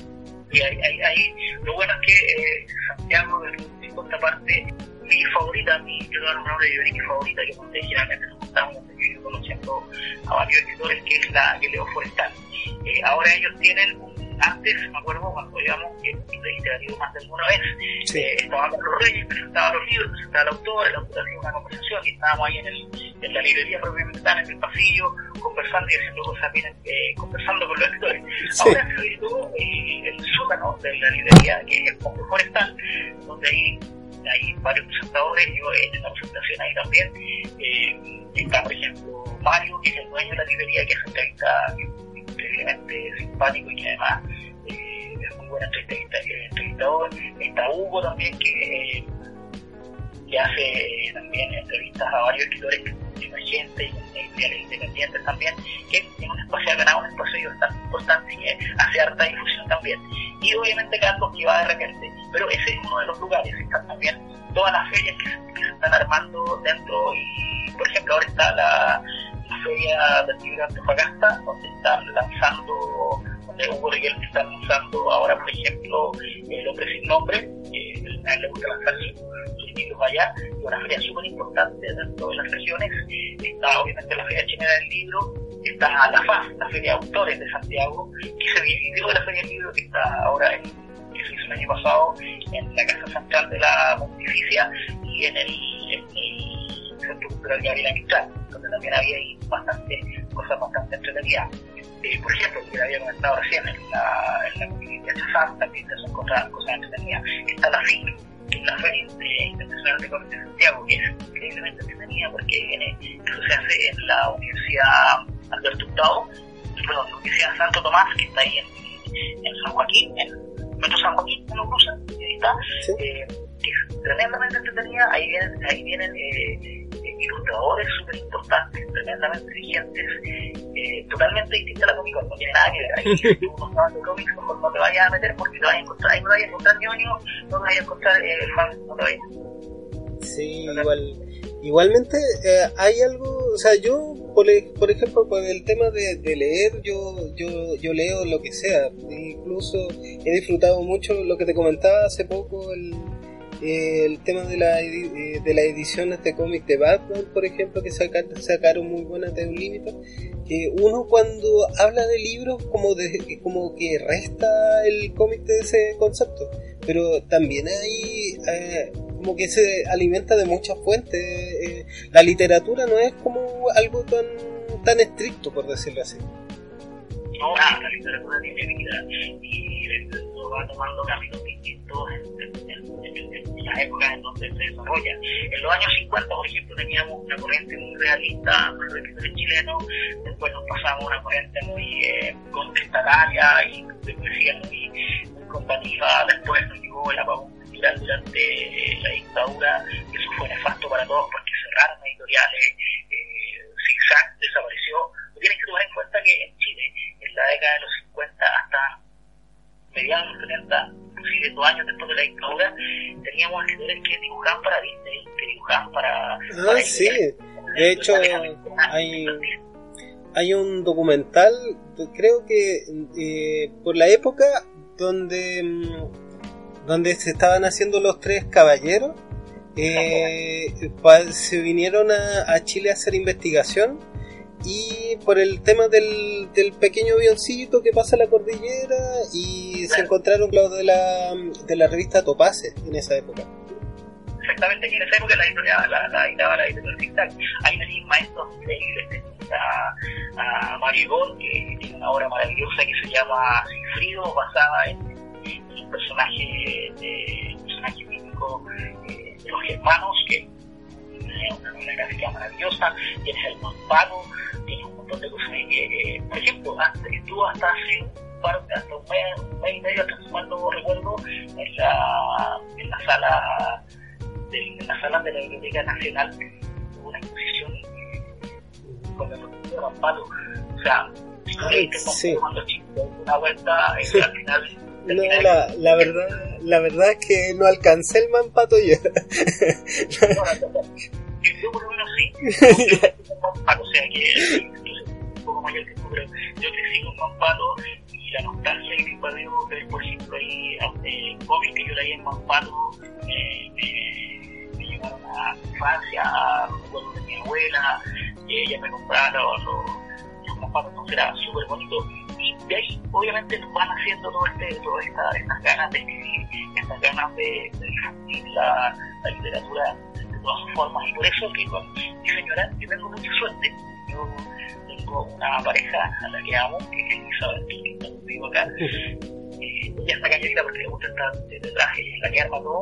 Y hay, hay, hay, lo bueno es que eh, Santiago, de esta parte, mi favorita, mi, yo tengo una obra de librería favorita, que donde generalmente nos juntamos, donde yo he ido conociendo a varios escritores, que es la que Leo Forestal. Eh, ahora ellos tienen un, antes, me acuerdo cuando íbamos, que he literativo más de alguna vez, sí. eh, estaban los Reyes, presentaban los libros, presentaba el autor, el autor hacía una conversación y estábamos ahí en, el, en la librería propiamente tal, en el pasillo, conversando y haciendo cosas bien, eh, conversando con los escritores. Sí. Ahora se habilitó eh, el sótano de la librería, que es el Fondo Forestal, donde hay, hay varios presentadores, yo he hecho una presentación ahí también. Eh, está, por ejemplo, Mario, que es el dueño de la librería, que hace entrevistas increíblemente simpático y que además eh, es muy buen entrevista, entrevistador. Está Hugo también, que, eh, que hace eh, también entrevistas a varios escritores emergentes y editoriales independientes también, que en un espacio ha ganado un espacio bastante importante y que hace harta difusión también. Y obviamente Carlos, que va de repente, pero ese es uno de los lugares. Están también todas las ferias que se, que se están armando dentro, y por ejemplo ahora está la la feria del libro de Antofagasta, donde están lanzando, donde Hugo Riquelme está lanzando ahora, por ejemplo, El hombre sin nombre, que a él le gusta lanzar sus libros allá, y una feria súper importante dentro de las regiones. Está obviamente la Feria Chilena del Libro, está la F A S, la Feria de Autores de Santiago, que se dividió de la Feria del Libro que está ahora en, que se hizo el año pasado en la Casa Central de la Pontificia y en el, en el Centro Cultural Gabriela Mistral, donde también había ahí bastante, cosas bastante entretenidas. Eh, por ejemplo, que había comentado recién, en la, en la comunidad de Chazán también se encontraban cosas entretenidas. Está la F I C, que es la Feria Internacional de Cómics de Santiago, que es increíblemente entretenida porque viene, eso se hace en la Universidad Alberto Hurtado, perdón, la Universidad Santo Tomás, que está ahí en, en San Joaquín, en Metro San Joaquín, en Ocruza, y ahí está. ¿Sí? Eh, que es tremendamente entretenida. Ahí vienen, ahí vienen eh, ilustradores súper importantes, tremendamente vigentes, eh, totalmente distinta a la Comic Con, no tiene nada que ver. Ahí si tú no sabes de cómics, mejor no te vayas a meter porque te vas a encontrar, ahí no te vayas a encontrar ñoño, no te vayas a encontrar eh, fans, no te vayas. Sí, igual, igualmente eh, hay algo, o sea, yo por, por ejemplo, por el tema de, de leer, yo, yo, yo leo lo que sea. Incluso he disfrutado mucho lo que te comentaba hace poco, el, el tema de, la, de las ediciones de cómic de Batman, por ejemplo, que sacaron, sacaron muy buenas de Unlimited. Eh, uno cuando habla de libros como, de, como que resta el cómic de ese concepto, pero también hay... Eh, como que se alimenta de muchas fuentes. Eh, la literatura no es como algo tan tan estricto, por decirlo así. No, ah, la literatura tiene vida y va tomando caminos distintos en, en, en, en las épocas en donde se desarrolla. En los años cincuenta, por ejemplo, teníamos una corriente muy realista con los escritores chilenos, después nos pasamos a una corriente muy eh, contestataria y de poesía muy, muy combativa, después nos llegó el apagón cultural durante eh, la dictadura, que eso fue nefasto para todos porque cerraron editoriales, eh, Zigzag desapareció. Tienes que tomar en cuenta que en Chile, en la década de los cincuenta hasta mediados de los setenta, inclusive dos años después de la dictadura, teníamos escritores que dibujaban para Disney, que dibujaban para... Ah, para sí. De hecho, hay, hay un documental, creo que eh, por la época donde, donde se estaban haciendo Los Tres Caballeros, eh, se vinieron a, a Chile a hacer investigación. Y por el tema del, del pequeño avioncito que pasa la cordillera, y se encontraron los de la, de la revista Topaces en esa época. Exactamente, en esa época la editorial, la, la editaba la editorial Zigzag. Hay una línea maestros increíbles, a, a Mario Gol, que tiene una obra maravillosa que se llama Sigfrido, basada en, en un personaje, de, un personaje mítico eh, de los germanos, que es una novela gráfica maravillosa. Tienes el Mamparo, tienes un montón de cosas ahí que, eh, por ejemplo, hasta, estuvo hasta hace un par, hasta un mes, un mes y medio, hasta si mal no recuerdo, en la, en la sala de, en la sala de la Biblioteca Nacional, hubo una exposición eh, con el doctor de Mamparo. O sea, si no leíste sí. cuando chicos una vuelta, eh, sí. al final. No, la, la verdad, la verdad es que no alcancé el Mampato yo. No, no, no. Yo por lo menos sí, Mamparo, o sea que un poco mayor que tú, pero yo crecí con Mamparo y la nostalgia que me invadió, por ejemplo, ahí eh, cómics que yo leí en Mamparo eh, me, me llevaron a mi infancia, a los recuerdos de mi abuela, que ella me compraba los, los, los Mamparos, entonces era súper bonito. Y de ahí obviamente nos van haciendo todo este, todas esta, estas ganas de escribir, estas ganas de, de difundir la, la literatura de todas sus formas, y por eso que con mi señora yo tengo mucha suerte. Yo tengo una pareja a la que amo, que es Elizabeth, que está conmigo acá. Eh, ella está cañerita porque le gusta estar de traje, ella es la que arma todo,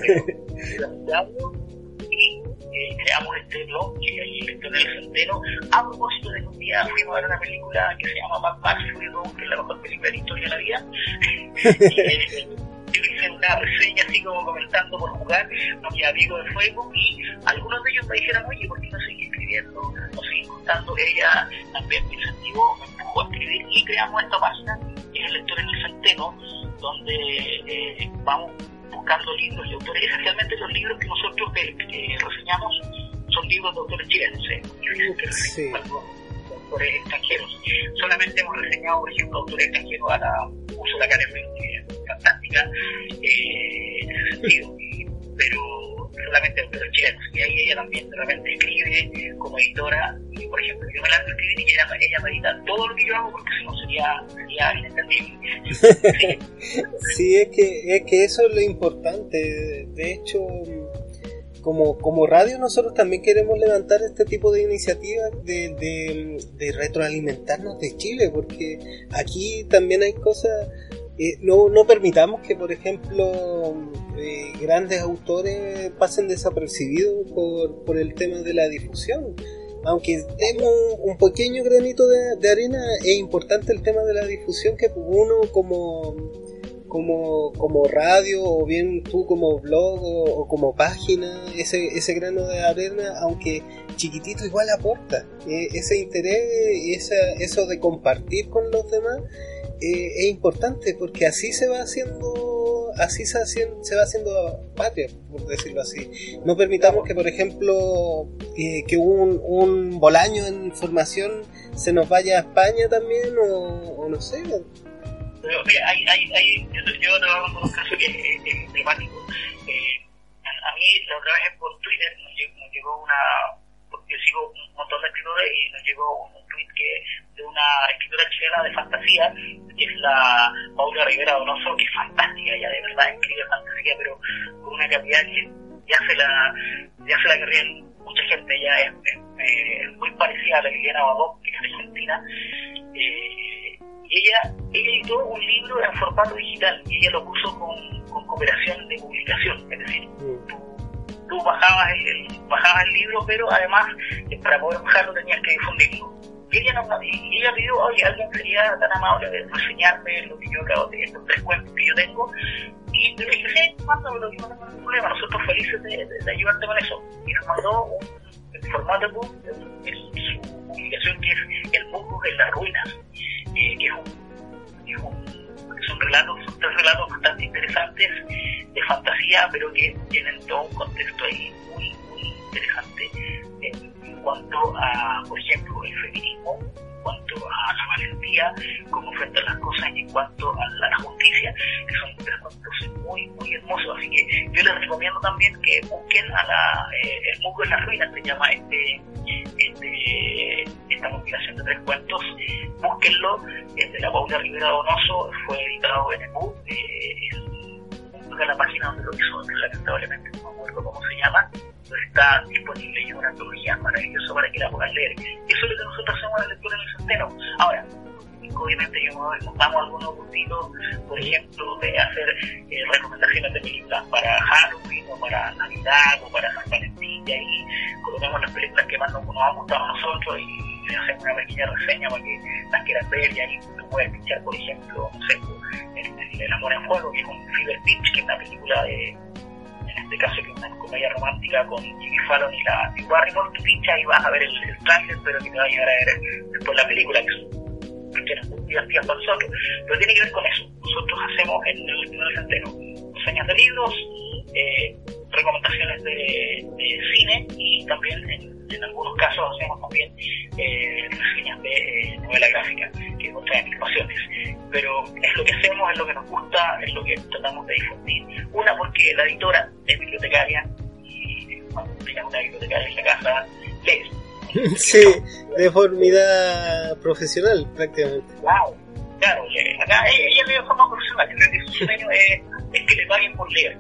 y eh, creamos este blog que hay en el Centeno a propósito de que un día fuimos a ver una película que se llama Mad Max Fury Road, que es la mejor película de la historia de la vida. Y, eh, yo hice una reseña así como comentando por jugar a mis amigos de Facebook, y algunos de ellos me dijeron, oye, ¿por qué no seguís escribiendo? No seguís contando. Ella también me incentivó, me empujó a escribir, y creamos esta página que es el Lector en el Centeno, donde eh, vamos buscando libros y autores, especialmente los libros que nosotros eh, eh, reseñamos son libros de autores chilenos, ¿eh? Sí. De autores extranjeros. Solamente hemos reseñado, por ejemplo, autores extranjeros a la Úrsula K. Le Guin, que es fantástica eh, en ese sentido, y, pero solamente autores chilenos. Y ahí ella también de repente escribe como editora, y por ejemplo yo me lanzo a escribir y ella, ella me edita todo lo que yo hago, porque si no sería, sería inentendible. Sí. Sí, es que, es que eso es lo importante. De hecho, como, como radio nosotros también queremos levantar este tipo de iniciativas de, de, de retroalimentarnos de Chile, porque aquí también hay cosas. Eh, no, no permitamos que, por ejemplo, eh, grandes autores pasen desapercibidos por, por el tema de la difusión. Aunque demos un pequeño granito de, de arena, es importante el tema de la difusión, que uno como, como, como radio, o bien tú como blog o, o como página, ese, ese grano de arena, aunque chiquitito, igual aporta. Eh, ese interés, esa, eso de compartir con los demás, Eh, es importante, porque así se va haciendo así se, hacen, se va haciendo patria, por decirlo así. No permitamos que, por ejemplo, eh, que un, un Bolaño en información se nos vaya a España también, o, o no sé. Pero, mira, hay, hay, hay, yo, yo trabajo con un caso que es, es emblemático. Eh, a, a mí, la otra vez por Twitter nos llegó, nos llegó una... Yo sigo un montón de escritores y nos llegó un, un tweet que de una escritora chilena de fantasía, que es la Paula Rivera Donoso, que es fantástica, ella de verdad escribe fantasía, pero con una calidad que ya se la, ya se la querrían mucha gente. Ella es, es, es muy parecida a la Liliana Babot, que es argentina. Eh, y ella, ella editó un libro en formato digital y ella lo puso con, con cooperación de publicación, es decir, tú, tú bajabas, el, bajabas el libro, pero además para poder bajarlo tenías que difundirlo. Y ella, no, y ella pidió, oye, alguien sería tan amable de reseñarme lo que yo acabo de estos tres cuentos que yo tengo. Y yo le dije, sí, mándamelo, yo no tengo ningún problema, nosotros felices de, de, de ayudarte con eso. Y nos mandó un, un formato de book, su publicación, que es El Mundo en las Ruinas, eh, que es un, es un, son relatos, son tres relatos bastante interesantes de fantasía, pero que tienen todo un contexto ahí muy, muy interesante en, en cuanto a, por ejemplo, el feminismo, en cuanto a la valentía, cómo enfrentar las cosas, y en cuanto a la, la justicia, que son tres cuentos muy, muy hermosos. Así que yo les recomiendo también que busquen a la eh, El Mundo en las Ruinas, se llama este, este esta compilación de tres cuentos. Búsquenlo, es de la Paula Rivera Donoso, fue editado en el B U, eh, en la página donde lo hizo, lamentablemente no me acuerdo cómo se llama, pero está disponible y es una antología maravillosa para que la puedan leer. Eso es lo que nosotros hacemos en la lectura en el centeno. Ahora, obviamente yo nos damos algunos gustitos, por ejemplo, de hacer eh, recomendaciones de películas para Halloween o para Navidad o para San Valentín, y ahí colocamos las películas que más nos, nos han gustado a nosotros y hacemos una pequeña reseña para que las quieran ver, y ahí tú puedes pinchar, por ejemplo, no sé, el, el Amor en Fuego, que es un Fever Pitch, que es una película de, en este caso, que es una comedia romántica con Jimmy Fallon y la y Barrymore. Tú pinchas y vas a ver el, el trailer, pero que te va a llegar a ver después la película, que que eran muy divertidas para nosotros, pero tiene que ver con eso. Nosotros hacemos en el, en el centeno reseñas de libros, eh, recomendaciones de, de cine, y también en, en algunos casos hacemos también eh, reseñas de eh, novela gráfica, que es otra de mis pasiones. Pero es lo que hacemos, es lo que nos gusta, es lo que tratamos de difundir. Una, porque la editora es bibliotecaria, y cuando tengas una bibliotecaria en la casa, lees. Sí, de formidad profesional prácticamente. Wow, claro, acá ella lee de forma profesional. Creo que su sueño es, es que le paguen por leer.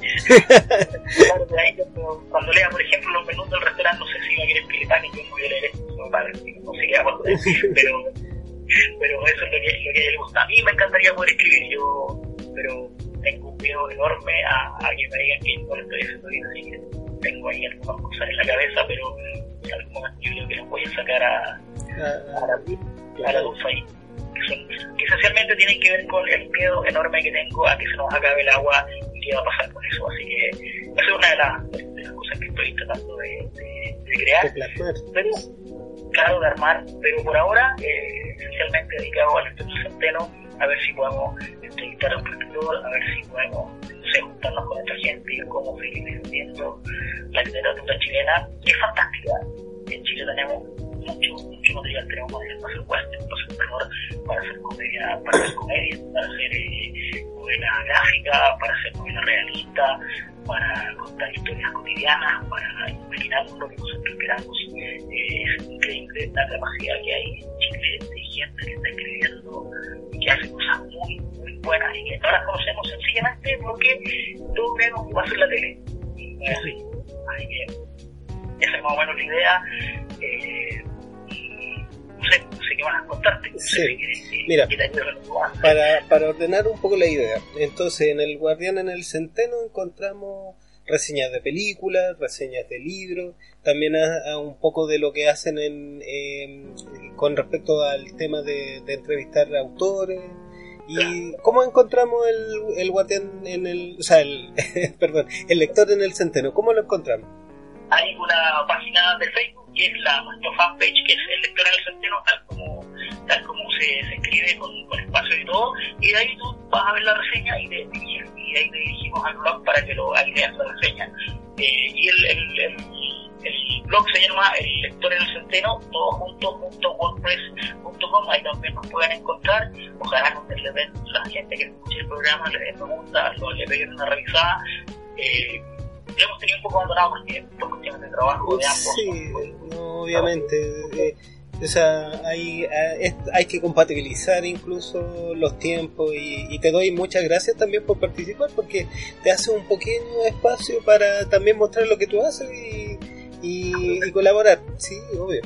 Claro, ella, cuando lea, por ejemplo, los menús del restaurante, no sé si va a querer que le paguen, yo no voy a leer esto, no, vale, no sé qué va a pasar, pero, pero eso es lo que, lo que a ella le gusta. A mí me encantaría poder escribir, yo, pero tengo un miedo enorme a, a que me digan que no lo estoy haciendo bien, así que tengo ahí algunas cosas en la cabeza, pero en algún momento yo creo que las voy a sacar a, a, la, a la luz ahí, que, son, que esencialmente tienen que ver con el miedo enorme que tengo a que se nos acabe el agua y qué va a pasar con eso. Así que esa es una de las, de las cosas que estoy tratando de, de, de crear, pero claro, de armar, pero por ahora eh, esencialmente dedicado al Instituto Centeno, a ver si podemos entrevistar a un escritor, a ver si podemos, no sé, juntarnos con otra gente y cómo seguir difundiendo la literatura chilena, que es fantástica. En Chile tenemos mucho, mucho material, tenemos material para hacer western, para hacer terror, para hacer comedia, para hacer comedia, para hacer eh, novela gráfica, para hacer novela realista, para contar historias cotidianas, para imaginarnos lo que nosotros queramos. Eh, es increíble la capacidad que hay en Chile de gente que está escribiendo y que hace cosas muy, muy buenas y que no las conocemos sencillamente porque todos creemos que va a ser la tele. Y no es así. Así que esa es más o menos la idea. Eh, y no sé, no sé qué van a contarte. No sí. sé qué, Mira, qué te para, para ordenar un poco la idea, entonces en El Guardián en el Centeno encontramos reseñas de películas, reseñas de libros, también a, a un poco de lo que hacen en, eh, con respecto al tema de, de entrevistar a autores. ¿Y cómo encontramos el, el Guardián en el, o sea, el, perdón, el lector en el Centeno? ¿Cómo lo encontramos? Hay una página de Facebook que es la nuestra fanpage, que es El Lector en el Centeno, tal como tal como se, se escribe con, con espacio y todo, y de ahí tú vas a ver la reseña y te diriges. Y y ahí te dirigimos al blog para que lo ahí leas la reseña. Eh, y el, el, el, el blog se llama El Lector en el Centeno, todo junto, punto wordpress punto com. Ahí también nos pueden encontrar. Ojalá nos le den la gente que escuche el programa, le den me gusta, lo, le peguen una revisada. Eh, lo hemos tenido un poco abandonado porque por cuestiones de trabajo de ambos. Sí, no, obviamente. Eh, o sea, hay, hay que compatibilizar incluso los tiempos y, y te doy muchas gracias también por participar porque te hace un pequeño espacio para también mostrar lo que tú haces y, y, y colaborar. Sí, obvio.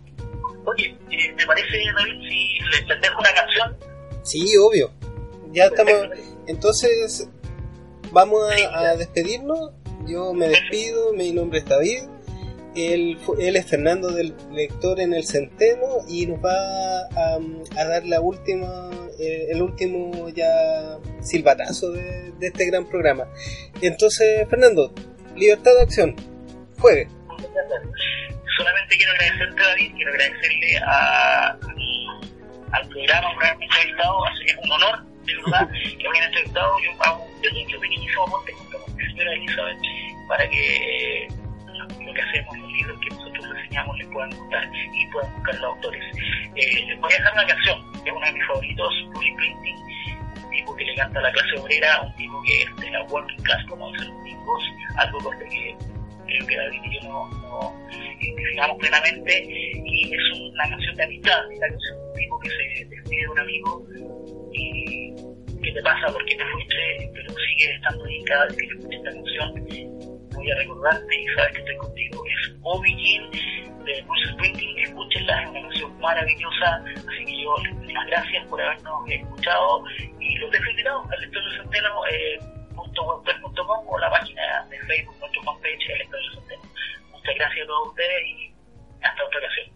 Oye, eh, ¿te parece, David, si les, les dejo una canción? Sí, obvio. Ya estamos. Entonces, vamos a, a despedirnos. Yo me despido, mi nombre es David. Él, él es Fernando del Lector en el Centeno y nos va a, a dar la última, eh, el último ya silbatazo de, de este gran programa. Entonces, Fernando, libertad de acción, juegue. Solamente quiero agradecerte, David, quiero agradecerle a, a, al programa por haberme entrevistado. Es un honor, de verdad, que me hayan entrevistado. Yo hago un pequeño, pequeñísimo aporte junto con mi señora Elizabeth para que eh, lo que hacemos, los libros que nosotros reseñamos les puedan gustar y puedan buscar los autores. Eh, les voy a dejar una canción, que es uno de mis favoritos, Bruce Springsteen, un tipo que le canta a la clase obrera, un tipo que es de la working class, como dicen los gringos, algo con lo que creo que David y yo no, no identificamos plenamente, y es una canción de amistad, esta canción de un tipo que se despide de un amigo y ¿qué te pasa? ¿Por qué te fuiste? Pero sigues estando ahí. Cada vez que yo escuché esta canción voy a recordarte y sabes que estoy contigo. Es Bobby Jean de Bruce Springsteen. Escúchenla, es una canción maravillosa. Así que yo les doy las gracias por habernos escuchado y los dejo invitados al Lector del Centeno eh, .wordpress punto com o la página de Facebook, nuestro fanpage El Lector del Centeno. Muchas gracias a todos ustedes y hasta otra ocasión.